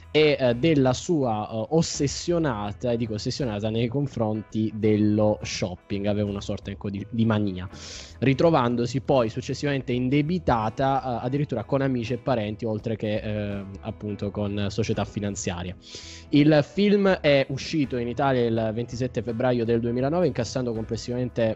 e della sua ossessionata nei confronti dello shopping. Aveva una sorta di mania, ritrovandosi poi successivamente indebitata addirittura con amici e parenti, oltre che appunto con società finanziarie. Il film è uscito in Italia il 27 febbraio del 2009 incassando complessivamente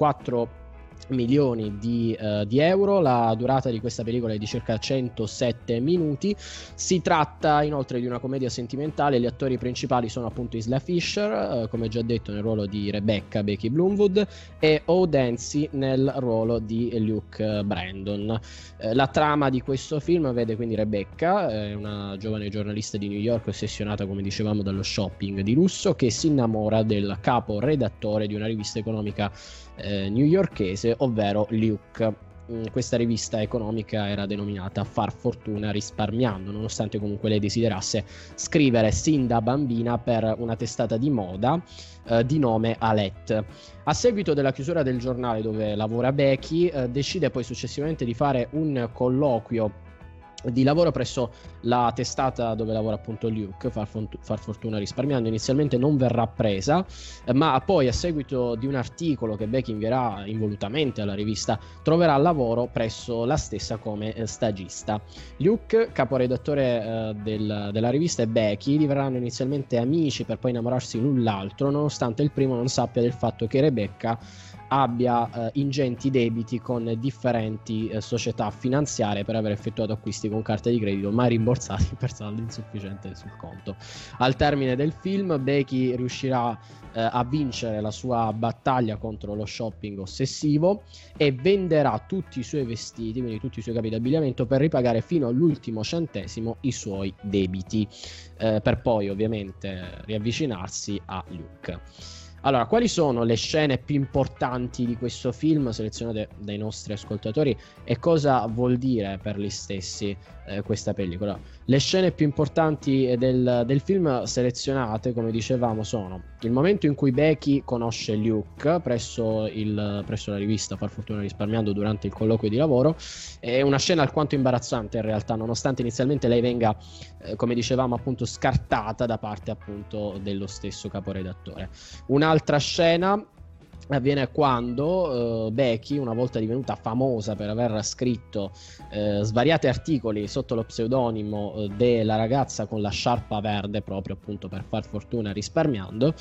4 milioni di euro. La durata di questa pellicola è di circa 107 minuti. Si tratta inoltre di una commedia sentimentale. Gli attori principali sono appunto Isla Fisher, come già detto, nel ruolo di Rebecca Becky Bloomwood, e O. Dancy nel ruolo di Luke Brandon. La trama di questo film vede quindi Rebecca, una giovane giornalista di New York ossessionata, come dicevamo, dallo shopping di lusso, che si innamora del capo redattore di una rivista economica newyorkese, ovvero Luke. Questa rivista economica era denominata Far Fortuna Risparmiando, nonostante comunque lei desiderasse scrivere sin da bambina per una testata di moda di nome Alette. A seguito della chiusura del giornale dove lavora Becky, decide poi successivamente di fare un colloquio di lavoro presso la testata dove lavora appunto Luke, Far Fortuna Risparmiando. Inizialmente non verrà presa, ma poi a seguito di un articolo che Becky invierà involutamente alla rivista, troverà lavoro presso la stessa come stagista. Luke, caporedattore della rivista, e Becky diverranno inizialmente amici per poi innamorarsi l'un l'altro, nonostante il primo non sappia del fatto che Rebecca abbia ingenti debiti con differenti società finanziarie per aver effettuato acquisti con carte di credito mai rimborsati per saldo insufficiente sul conto. Al termine del film Becky riuscirà a vincere la sua battaglia contro lo shopping ossessivo e venderà tutti i suoi vestiti, quindi tutti i suoi capi d'abbigliamento, per ripagare fino all'ultimo centesimo i suoi debiti, per poi ovviamente riavvicinarsi a Luke. Allora, quali sono le scene più importanti di questo film selezionate dai nostri ascoltatori e cosa vuol dire per gli stessi questa pellicola? Le scene più importanti del film selezionate, come dicevamo, sono il momento in cui Becky conosce Luke presso la rivista Far Fortuna Risparmiando durante il colloquio di lavoro. È una scena alquanto imbarazzante in realtà, nonostante inizialmente lei venga, come dicevamo appunto, scartata da parte appunto dello stesso caporedattore. Un'altra scena avviene quando Becky, una volta divenuta famosa per aver scritto svariati articoli sotto lo pseudonimo della ragazza con la sciarpa verde, proprio appunto per Far Fortuna Risparmiando,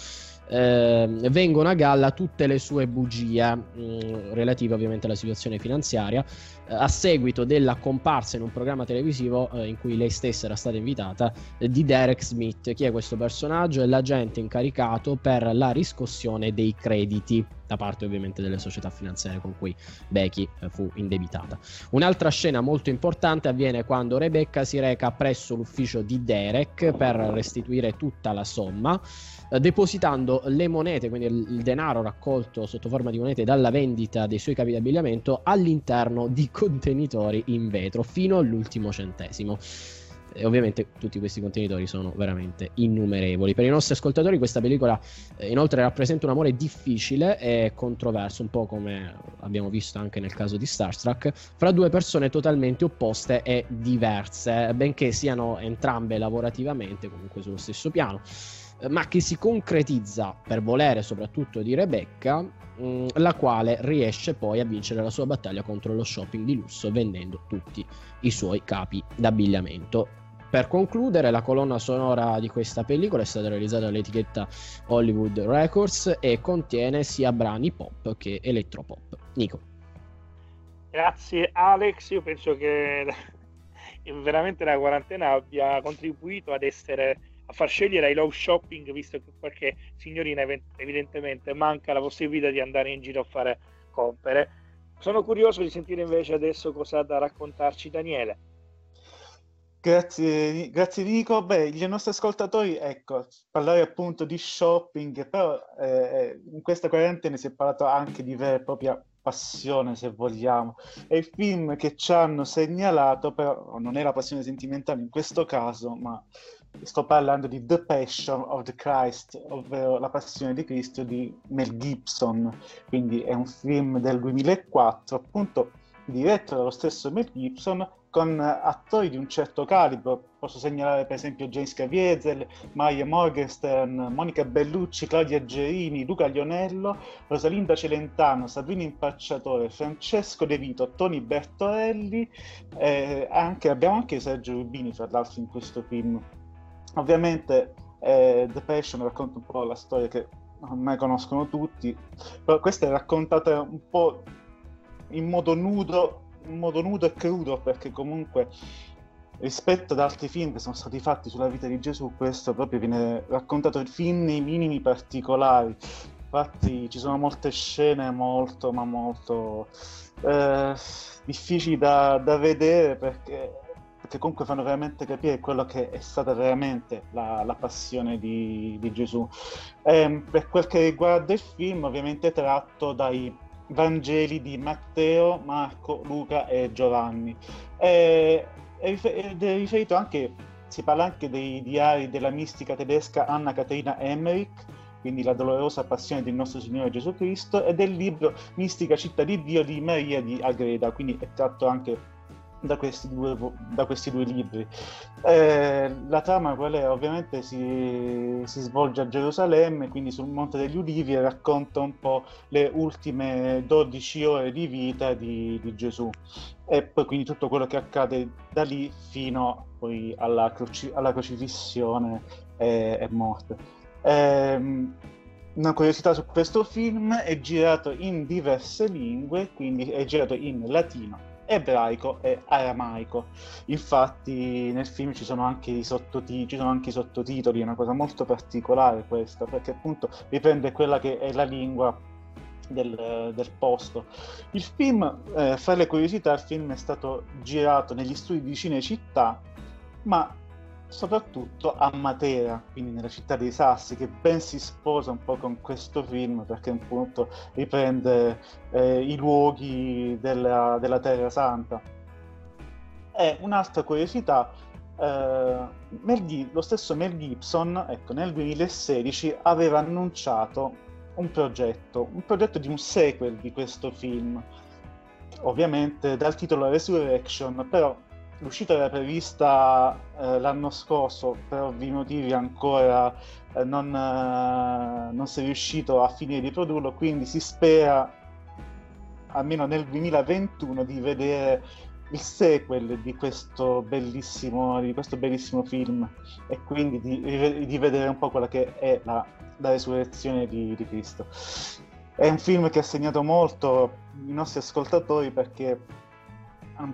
vengono a galla tutte le sue bugie relative ovviamente alla situazione finanziaria, a seguito della comparsa in un programma televisivo in cui lei stessa era stata invitata, di Derek Smith. Chi è questo personaggio? È l'agente incaricato per la riscossione dei crediti da parte ovviamente delle società finanziarie con cui Becky fu indebitata. Un'altra scena molto importante avviene quando Rebecca si reca presso l'ufficio di Derek per restituire tutta la somma, depositando le monete, quindi il denaro raccolto sotto forma di monete dalla vendita dei suoi capi d'abbigliamento, all'interno di contenitori in vetro fino all'ultimo centesimo. E ovviamente tutti questi contenitori sono veramente innumerevoli. Per i nostri ascoltatori questa pellicola inoltre rappresenta un amore difficile e controverso, un po' come abbiamo visto anche nel caso di Star Trek, fra due persone totalmente opposte e diverse, benché siano entrambe lavorativamente comunque sullo stesso piano, ma che si concretizza per volere soprattutto di Rebecca, la quale riesce poi a vincere la sua battaglia contro lo shopping di lusso vendendo tutti i suoi capi d'abbigliamento. Per concludere, la colonna sonora di questa pellicola è stata realizzata dall'etichetta Hollywood Records e contiene sia brani pop che elettropop. Nico. Grazie Alex, io penso che veramente la quarantena abbia contribuito a far scegliere ai love shopping, visto che qualche signorina evidentemente manca la possibilità di andare in giro a fare compere. Sono curioso di sentire invece adesso cosa ha da raccontarci Daniele. Grazie Nico. Beh, gli nostri ascoltatori, ecco, parlare appunto di shopping, però in questa quarantena si è parlato anche di vera e propria passione, se vogliamo. E il film che ci hanno segnalato, però non è la passione sentimentale in questo caso, ma sto parlando di The Passion of the Christ, ovvero La Passione di Cristo di Mel Gibson. Quindi è un film del 2004, appunto diretto dallo stesso Mel Gibson, con attori di un certo calibro. Posso segnalare per esempio James Caviezel, Maya Morgenstern, Monica Bellucci, Claudia Gerini, Luca Lionello, Rosalinda Celentano, Sabrina Impacciatore, Francesco De Vito, Tony Bertorelli, abbiamo anche Sergio Rubini fra l'altro in questo film. Ovviamente The Passion racconta un po' la storia che ormai conoscono tutti, però questa è raccontata un po' in modo nudo e crudo, perché comunque rispetto ad altri film che sono stati fatti sulla vita di Gesù, questo proprio viene raccontato fin nei minimi particolari. Infatti ci sono molte scene molto difficili da vedere, perché comunque fanno veramente capire quello che è stata veramente la passione di Gesù. Per quel che riguarda il film, ovviamente è tratto dai Vangeli di Matteo, Marco, Luca e Giovanni. È riferito anche, si parla anche dei diari della mistica tedesca Anna Caterina Emmerich, quindi La dolorosa passione del nostro Signore Gesù Cristo, e del libro Mistica città di Dio di Maria di Agreda, quindi è tratto anche da questi due libri. La trama qual è? Ovviamente si svolge a Gerusalemme, quindi sul Monte degli Ulivi, e racconta un po' le ultime 12 ore di vita di Gesù, e poi quindi tutto quello che accade da lì fino poi alla crocifissione e morte. Una curiosità su questo film: è girato in diverse lingue, quindi è girato in latino, ebraico e aramaico. Infatti nel film ci sono anche i sottotitoli, è una cosa molto particolare questa, perché appunto riprende quella che è la lingua del posto. Il film, fra le curiosità, il film è stato girato negli studi di Cinecittà, ma soprattutto a Matera, quindi nella città dei Sassi, che ben si sposa un po' con questo film, perché appunto riprende i luoghi della Terra Santa. E un'altra curiosità, lo stesso Mel Gibson, ecco, nel 2016 aveva annunciato un progetto di un sequel di questo film, ovviamente dal titolo Resurrection, però l'uscita era prevista l'anno scorso, per ovvi motivi ancora non si è riuscito a finire di produrlo, quindi si spera almeno nel 2021 di vedere il sequel di questo bellissimo film, e quindi di vedere un po' quella che è la resurrezione di Cristo. È un film che ha segnato molto i nostri ascoltatori, perché in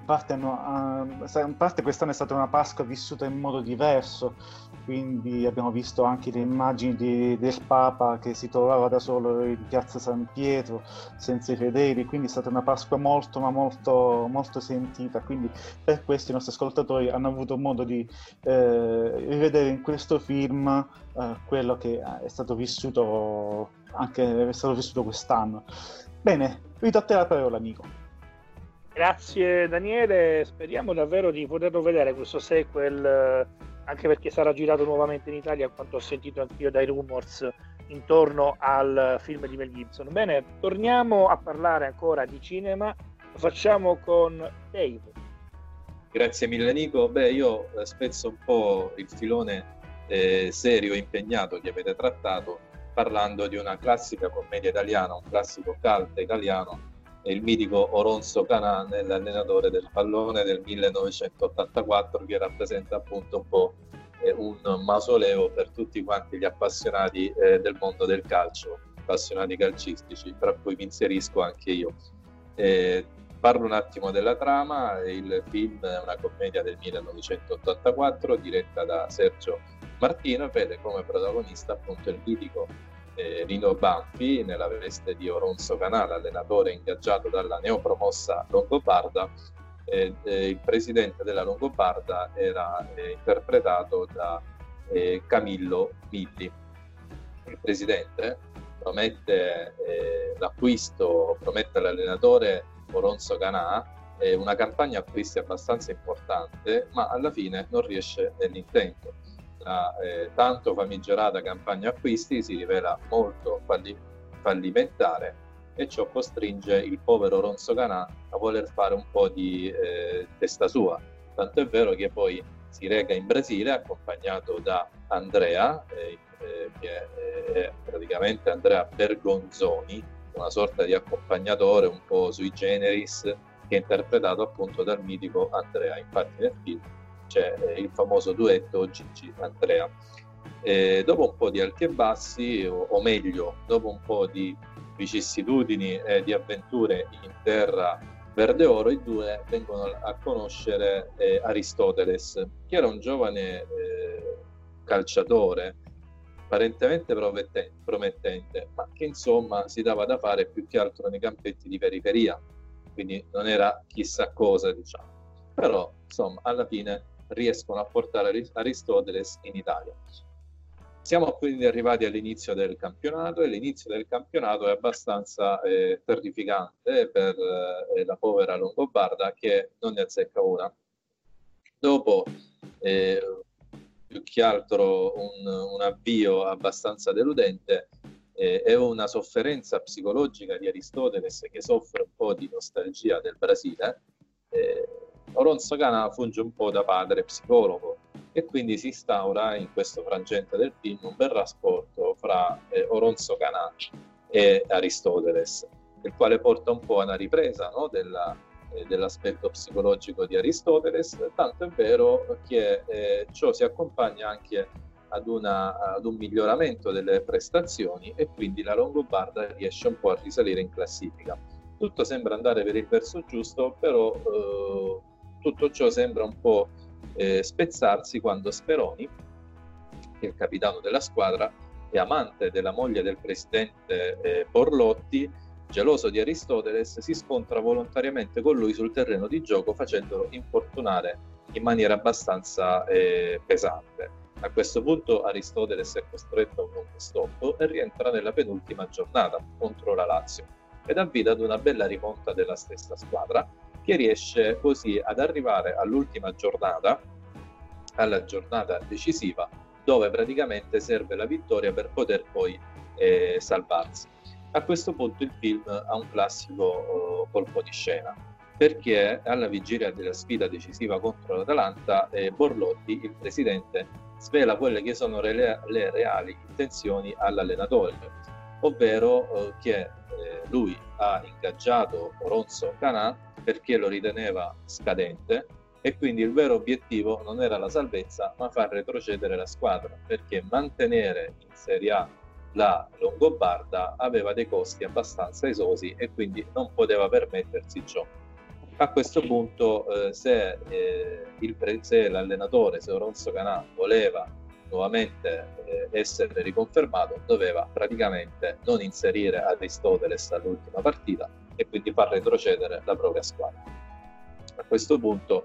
parte quest'anno è stata una Pasqua vissuta in modo diverso, quindi abbiamo visto anche le immagini del Papa che si trovava da solo in piazza San Pietro senza i fedeli, quindi è stata una Pasqua molto ma molto molto sentita, quindi per questo i nostri ascoltatori hanno avuto modo di rivedere in questo film quello che è stato vissuto quest'anno. Bene, ridò a te la parola, Nico. Grazie Daniele, speriamo davvero di poterlo vedere questo sequel, anche perché sarà girato nuovamente in Italia, a quanto ho sentito anch'io dai rumors intorno al film di Mel Gibson. Bene, torniamo a parlare ancora di cinema, lo facciamo con Dave. Grazie mille Nico. Io spezzo un po' il filone serio e impegnato che avete trattato, parlando di una classica commedia italiana, un classico cult italiano, il mitico Oronzo Canà, l'allenatore del pallone del 1984, che rappresenta appunto un po' un mausoleo per tutti quanti gli appassionati del mondo del calcio, appassionati calcistici, tra cui mi inserisco anche io. Parlo un attimo della trama. Il film è una commedia del 1984 diretta da Sergio Martino e vede come protagonista appunto il mitico Nino Banfi nella veste di Oronzo Canà, allenatore ingaggiato dalla neopromossa Longobarda. Il presidente della Longobarda era interpretato da Camillo Milli. Il presidente promette l'acquisto, promette all'allenatore Oronzo Canà una campagna acquisti abbastanza importante, ma alla fine non riesce nell'intento. La tanto famigerata campagna acquisti si rivela molto fallimentare e ciò costringe il povero Oronzo Canà a voler fare un po' di testa sua, tanto è vero che poi si reca in Brasile accompagnato da Andrea, che è praticamente Andrea Bergonzoni, una sorta di accompagnatore un po' sui generis, che è interpretato appunto dal mitico Andrea. Infatti nel film c'è il famoso duetto Gigi Andrea. Dopo un po' di alti e bassi, o meglio, dopo un po' di vicissitudini e di avventure in terra verde oro, i due vengono a conoscere Aristoteles, che era un giovane calciatore apparentemente promettente, ma che insomma si dava da fare più che altro nei campetti di periferia, quindi non era chissà cosa, diciamo. Però insomma alla fine riescono a portare Aristoteles in Italia. Siamo quindi arrivati all'inizio del campionato, e l'inizio del campionato è abbastanza terrificante per la povera Longobarda, che non ne azzecca una. Dopo più che altro un avvio abbastanza deludente e una sofferenza psicologica di Aristoteles, che soffre un po' di nostalgia del Brasile, Oronzo Canà funge un po' da padre psicologo, e quindi si instaura in questo frangente del film un bel rapporto fra Oronzo Canà e Aristoteles, il quale porta un po' a una ripresa, no, dell'aspetto psicologico di Aristoteles, tanto è vero che ciò si accompagna anche ad un miglioramento delle prestazioni, e quindi la Longobarda riesce un po' a risalire in classifica. Tutto sembra andare per il verso giusto, però tutto ciò sembra un po' spezzarsi quando Speroni, che è il capitano della squadra e amante della moglie del presidente Borlotti, geloso di Aristoteles, si scontra volontariamente con lui sul terreno di gioco, facendolo infortunare in maniera abbastanza pesante. A questo punto Aristoteles è costretto a un long stop e rientra nella penultima giornata contro la Lazio, e dà vita ad una bella rimonta della stessa squadra, che riesce così ad arrivare all'ultima giornata, alla giornata decisiva, dove praticamente serve la vittoria per poter poi salvarsi. A questo punto il film ha un classico colpo di scena, perché alla vigilia della sfida decisiva contro l'Atalanta, Borlotti, il presidente, svela quelle che sono le reali intenzioni all'allenatore, ovvero che lui ha ingaggiato Oronzo Canà perché lo riteneva scadente, e quindi il vero obiettivo non era la salvezza, ma far retrocedere la squadra, perché mantenere in Serie A la Longobarda aveva dei costi abbastanza esosi e quindi non poteva permettersi ciò. A questo punto se l'allenatore, se Oronzo Canà voleva nuovamente essere riconfermato, doveva praticamente non inserire Aristoteles all'ultima partita e quindi far retrocedere la propria squadra. A questo punto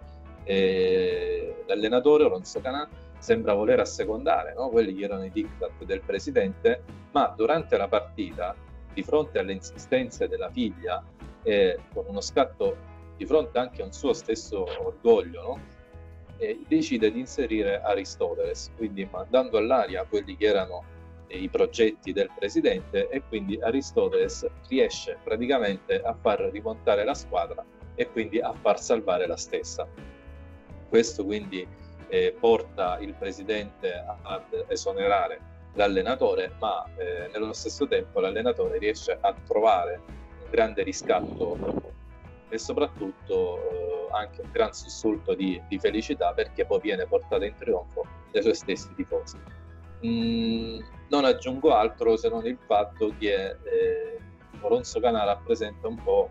l'allenatore Oronzo Canà sembra voler assecondare, no? Quelli che erano i diktat del presidente, ma durante la partita, di fronte alle insistenze della figlia e con uno scatto di fronte anche a un suo stesso orgoglio, no? Decide di inserire Aristoteles, quindi mandando all'aria quelli che erano i progetti del presidente, e quindi Aristoteles riesce praticamente a far rimontare la squadra e quindi a far salvare la stessa. Questo quindi porta il presidente ad esonerare l'allenatore, ma nello stesso tempo l'allenatore riesce a trovare un grande riscatto e soprattutto anche un gran sussulto di felicità, perché poi viene portato in trionfo dai suoi stessi tifosi. Non aggiungo altro se non il fatto che Oronzo Canà rappresenta un po'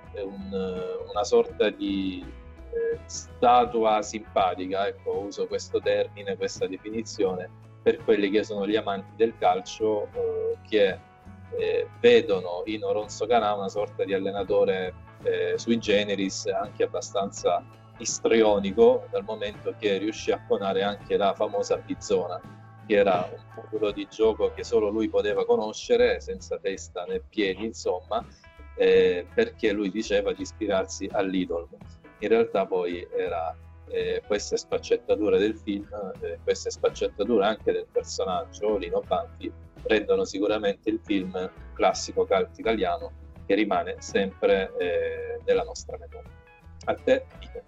una sorta di statua simpatica, ecco, uso questo termine, questa definizione, per quelli che sono gli amanti del calcio che vedono in Oronzo Canà una sorta di allenatore sui generis, anche abbastanza istrionico, dal momento che riuscì a conare anche la famosa Bizzona, che era un modulo di gioco che solo lui poteva conoscere, senza testa né piedi, insomma, perché lui diceva di ispirarsi all'Idol. In realtà poi era queste sfaccettature del film, queste sfaccettature anche del personaggio Lino Banfi, rendono sicuramente il film un classico cult italiano che rimane sempre nella nostra memoria. A te, Peter.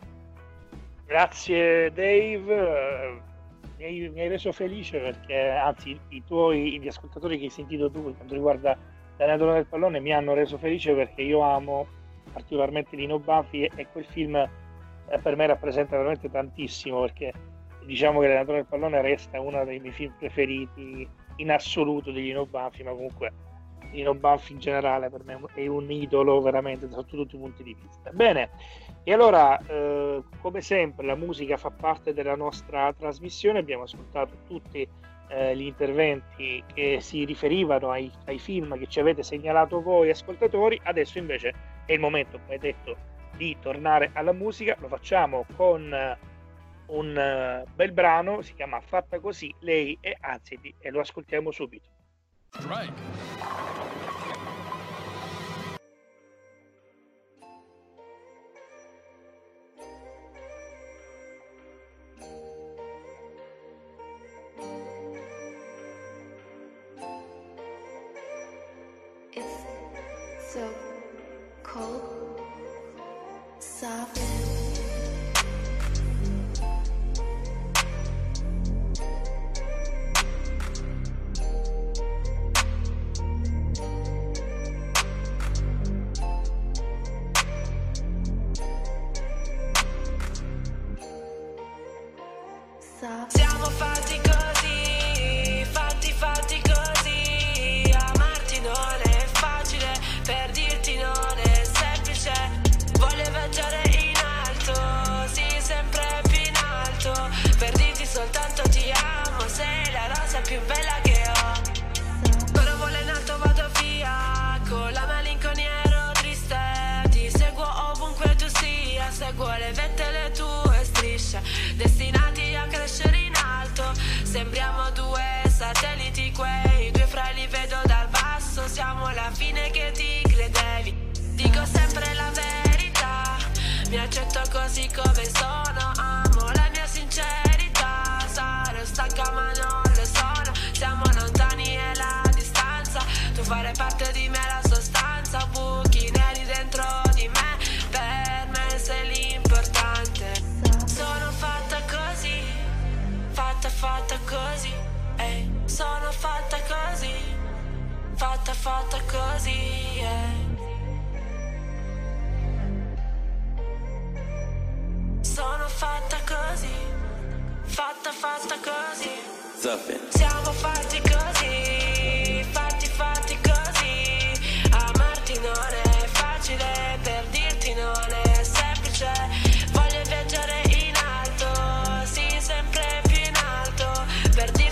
Grazie Dave, mi hai reso felice, perché anzi gli ascoltatori che hai sentito tu per quanto riguarda l'allenatore del pallone mi hanno reso felice, perché io amo particolarmente Lino Banfi e quel film per me rappresenta veramente tantissimo, perché diciamo che l'allenatore del pallone resta uno dei miei film preferiti in assoluto di Lino Banfi, ma comunque Lino Banfi in generale per me è un idolo veramente sotto tutti i punti di vista. Bene, e allora come sempre la musica fa parte della nostra trasmissione. Abbiamo ascoltato tutti gli interventi che si riferivano ai film che ci avete segnalato voi ascoltatori. Adesso invece è il momento, come detto, di tornare alla musica. Lo facciamo con un bel brano, si chiama Fatta Così, Lei è Aziti, e lo ascoltiamo subito. Strike. It's so cold, soft. Siamo fatti così, fatti così. Amarti non è facile, per dirti non è semplice. Voglio viaggiare in alto, sì, sempre più in alto, per dirti soltanto ti amo. Sei la rosa più bella che ho. Però volo in alto, vado via, con la malinconia ero triste. Ti seguo ovunque tu sia, seguo le vette, le tue strisce, destinati a crescere in alto. Sembriamo due satelliti, quei due fra li vedo dal basso. Siamo alla fine che ti credevi. Dico sempre la verità, mi accetto così come sono. Amo la mia sincerità, sarò stanca ma non lo sono. Siamo lontani e la distanza, tu farai parte di me, la sostanza. Buchi neri dentro di me, per me sei l'importante. Sono fatta così, fatta così, ehi. Sono fatta così, fatta così, ehi. Sono fatta così, fatta così. Siamo fatti così, fatti così. Amarti non è facile, per dirti non è semplice.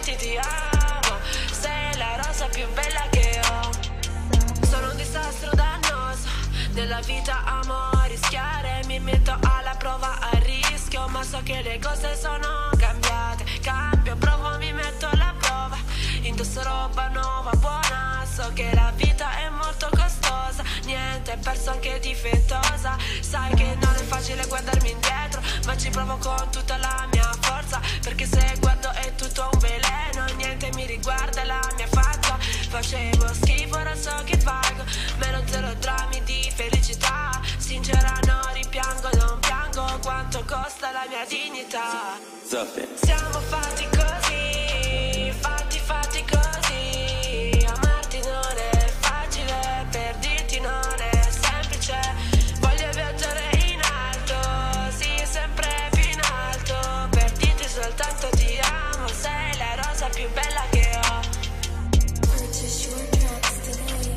senti ti amo, sei la rosa più bella che ho. Sono un disastro dannoso, nella vita amo rischiare, mi metto alla prova a rischio, ma so che le cose sono cambiate, cambio, provo, mi metto alla prova, indosso roba nuova, buona, so che la vita è molto costosa, niente è perso anche difettosa, sai che non è facile guardarmi indietro, ma ci provo con tutta la mia forza, perché se guardo è tutto un veleno, niente mi riguarda la mia faccia, facevo schifo, ora so che valgo, meno 0 drammi di felicità, sincera non rimpiango, non piango, quanto costa la mia dignità. Siamo fatti così, fatti così, amarti non è facile, per dirti non è semplice, voglio viaggiare in alto, sì sempre più in alto, per dirti soltanto ti amo, sei la rosa più bella che ho. Purchase your tracks today.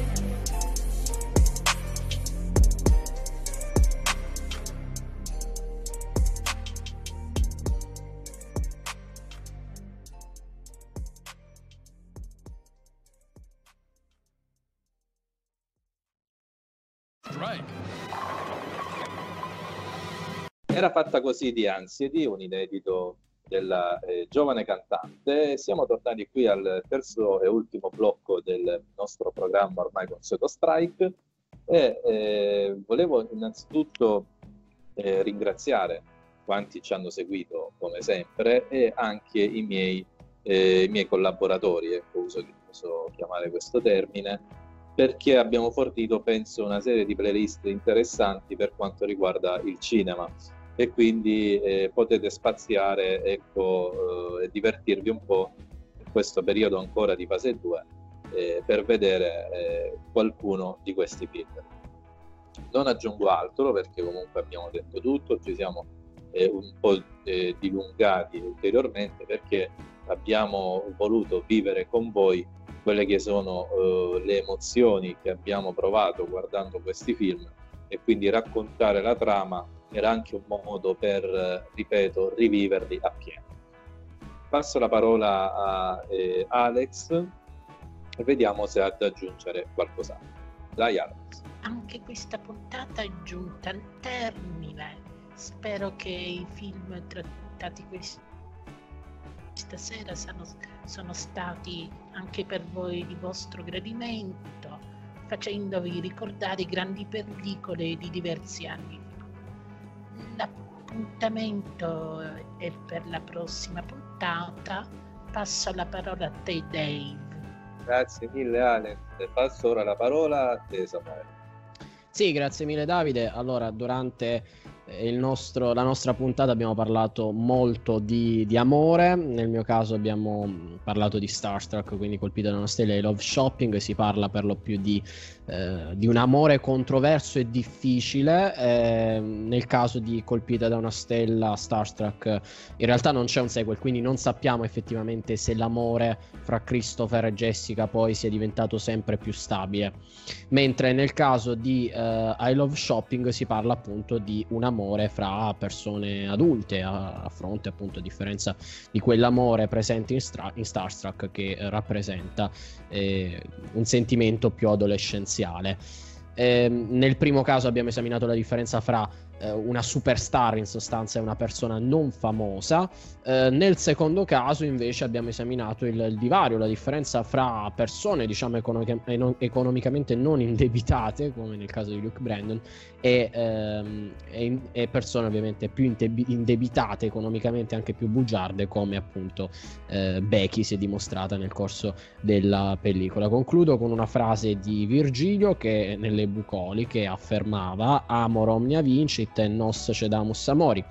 Era fatta così di Ansiedi, un inedito della giovane cantante. Siamo tornati qui al terzo e ultimo blocco del nostro programma ormai consueto Strike e volevo innanzitutto ringraziare quanti ci hanno seguito come sempre e anche i miei collaboratori, ecco, uso chiamare questo termine, perché abbiamo fornito, penso, una serie di playlist interessanti per quanto riguarda il cinema e quindi potete spaziare, ecco, e divertirvi un po' in questo periodo ancora di fase 2 per vedere qualcuno di questi film. Non aggiungo altro perché comunque abbiamo detto tutto, ci siamo un po' dilungati ulteriormente perché abbiamo voluto vivere con voi quelle che sono le emozioni che abbiamo provato guardando questi film e quindi raccontare la trama era anche un modo per, ripeto, riviverli appieno. Passo la parola a Alex e vediamo se ha da aggiungere qualcos'altro. Dai Alex. Anche questa puntata è giunta al termine. Spero che i film trattati questa sera sono stati anche per voi di vostro gradimento, facendovi ricordare grandi pellicole di diversi anni fa. L'appuntamento è per la prossima puntata. Passo la parola a te, Dave. Grazie mille Alex, passo ora la parola a te Samuele. Sì, grazie mille Davide. Allora, durante la nostra puntata abbiamo parlato molto di amore. Nel mio caso abbiamo parlato di Starstruck, quindi Colpita da una stella, e Love Shopping. Si parla per lo più di un amore controverso e difficile. Nel caso di Colpita da una stella, Starstruck, in realtà non c'è un sequel, quindi non sappiamo effettivamente se l'amore fra Christopher e Jessica poi sia diventato sempre più stabile, mentre nel caso di I Love Shopping si parla appunto di un amore fra persone adulte a fronte appunto a differenza di quell'amore presente in Starstruck, che rappresenta un sentimento più adolescenziale. Nel primo caso abbiamo esaminato la differenza fra una superstar in sostanza e una persona non famosa. Nel secondo caso invece abbiamo esaminato il divario, la differenza fra persone diciamo economicamente non indebitate, come nel caso di Luke Brandon, e persone ovviamente più indebitate economicamente, anche più bugiarde, come appunto Becky si è dimostrata nel corso della pellicola. Concludo con una frase di Virgilio che nelle Bucoli, che affermava "Amor omnia vincit e nos cedamus amori",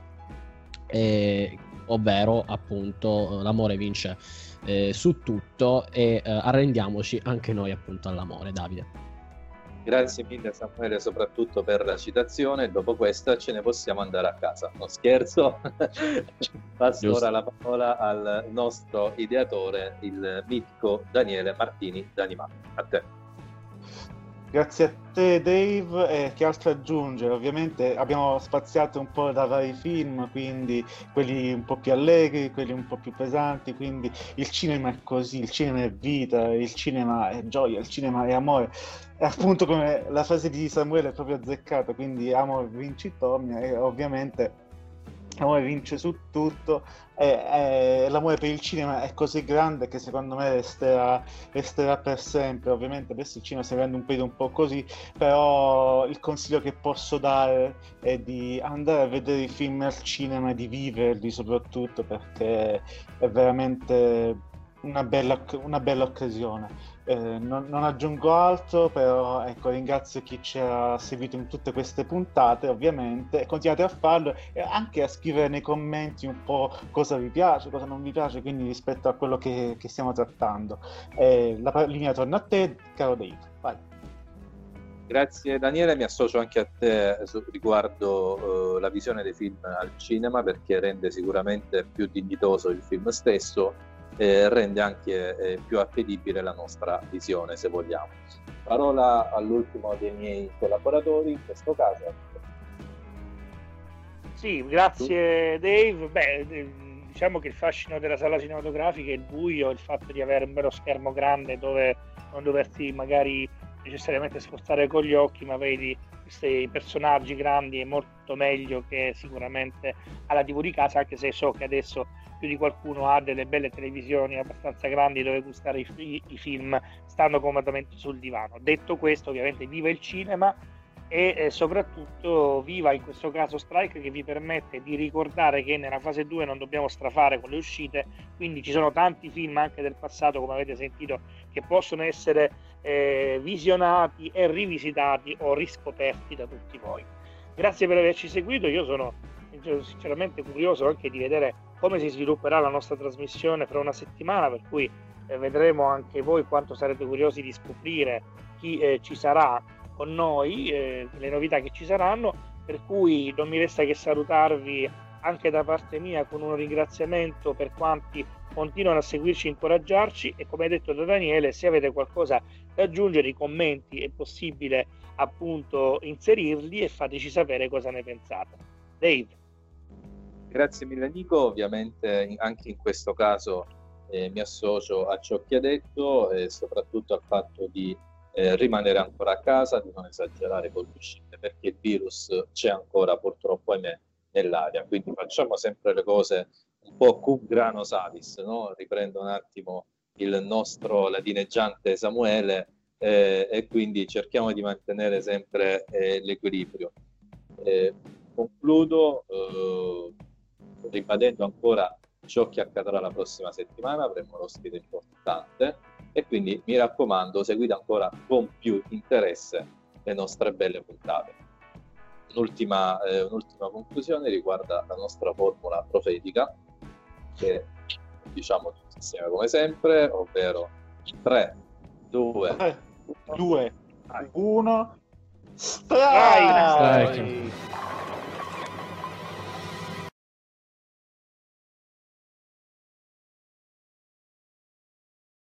ovvero appunto l'amore vince su tutto, e arrendiamoci anche noi appunto all'amore. Davide. Grazie mille Samuele, soprattutto per la citazione. Dopo questa ce ne possiamo andare a casa. No, scherzo. Passo ora la parola al nostro ideatore, il mitico Daniele Martini D'Animale. A te. Grazie a te Dave, e che altro aggiungere? Ovviamente abbiamo spaziato un po' da vari film, quindi quelli un po' più allegri, quelli un po' più pesanti, quindi il cinema è così, il cinema è vita, il cinema è gioia, il cinema è amore. E appunto come la frase di Samuele è proprio azzeccata, quindi amore vincitori, e ovviamente l'amore vince su tutto, e l'amore per il cinema è così grande che secondo me resterà per sempre. Ovviamente adesso il cinema sta vivendo un periodo un po' così, però il consiglio che posso dare è di andare a vedere i film al cinema e di viverli soprattutto, perché è veramente una bella occasione. Non aggiungo altro, però ecco, ringrazio chi ci ha seguito in tutte queste puntate, ovviamente, e continuate a farlo e anche a scrivere nei commenti un po' cosa vi piace, cosa non vi piace, quindi rispetto a quello che stiamo trattando. La linea torna a te, caro Dave, vai. Grazie Daniele, mi associo anche a te riguardo la visione dei film al cinema, perché rende sicuramente più dignitoso il film stesso, rende anche più appetibile la nostra visione, se vogliamo. Parola all'ultimo dei miei collaboratori, in questo caso. Sì, grazie Dave. Diciamo che il fascino della sala cinematografica è il buio, il fatto di avere un bello schermo grande dove non doversi magari necessariamente spostare con gli occhi, ma vedi questi personaggi grandi, è molto meglio che sicuramente alla TV di casa, anche se so che adesso più di qualcuno ha delle belle televisioni abbastanza grandi dove gustare i film stando comodamente sul divano. Detto questo, ovviamente viva il cinema e soprattutto viva in questo caso Strike, che vi permette di ricordare che nella fase 2 non dobbiamo strafare con le uscite, quindi ci sono tanti film anche del passato, come avete sentito, che possono essere visionati e rivisitati o riscoperti da tutti voi. Grazie per averci seguito, io sono sinceramente curioso anche di vedere come si svilupperà la nostra trasmissione fra una settimana, per cui vedremo anche voi quanto sarete curiosi di scoprire chi ci sarà con noi, le novità che ci saranno, per cui non mi resta che salutarvi anche da parte mia con un ringraziamento per quanti continuano a seguirci e incoraggiarci, e come detto da Daniele, se avete qualcosa da aggiungere, i commenti è possibile appunto inserirli e fateci sapere cosa ne pensate. Dave. Grazie mille Nico, ovviamente anche in questo caso mi associo a ciò che ha detto e soprattutto al fatto di rimanere ancora a casa, di non esagerare con le uscite, perché il virus c'è ancora purtroppo, ahimè, nell'aria, quindi facciamo sempre le cose un po' cum grano salis, no? Riprendo un attimo il nostro latineggiante Samuele, e quindi cerchiamo di mantenere sempre l'equilibrio. Concludo ribadendo ancora ciò che accadrà la prossima settimana. Avremo un ospite importante e quindi mi raccomando, seguite ancora con più interesse le nostre belle puntate. Un'ultima conclusione riguarda la nostra formula profetica, che diciamo tutti insieme come sempre, ovvero 3, 2, 1, strike!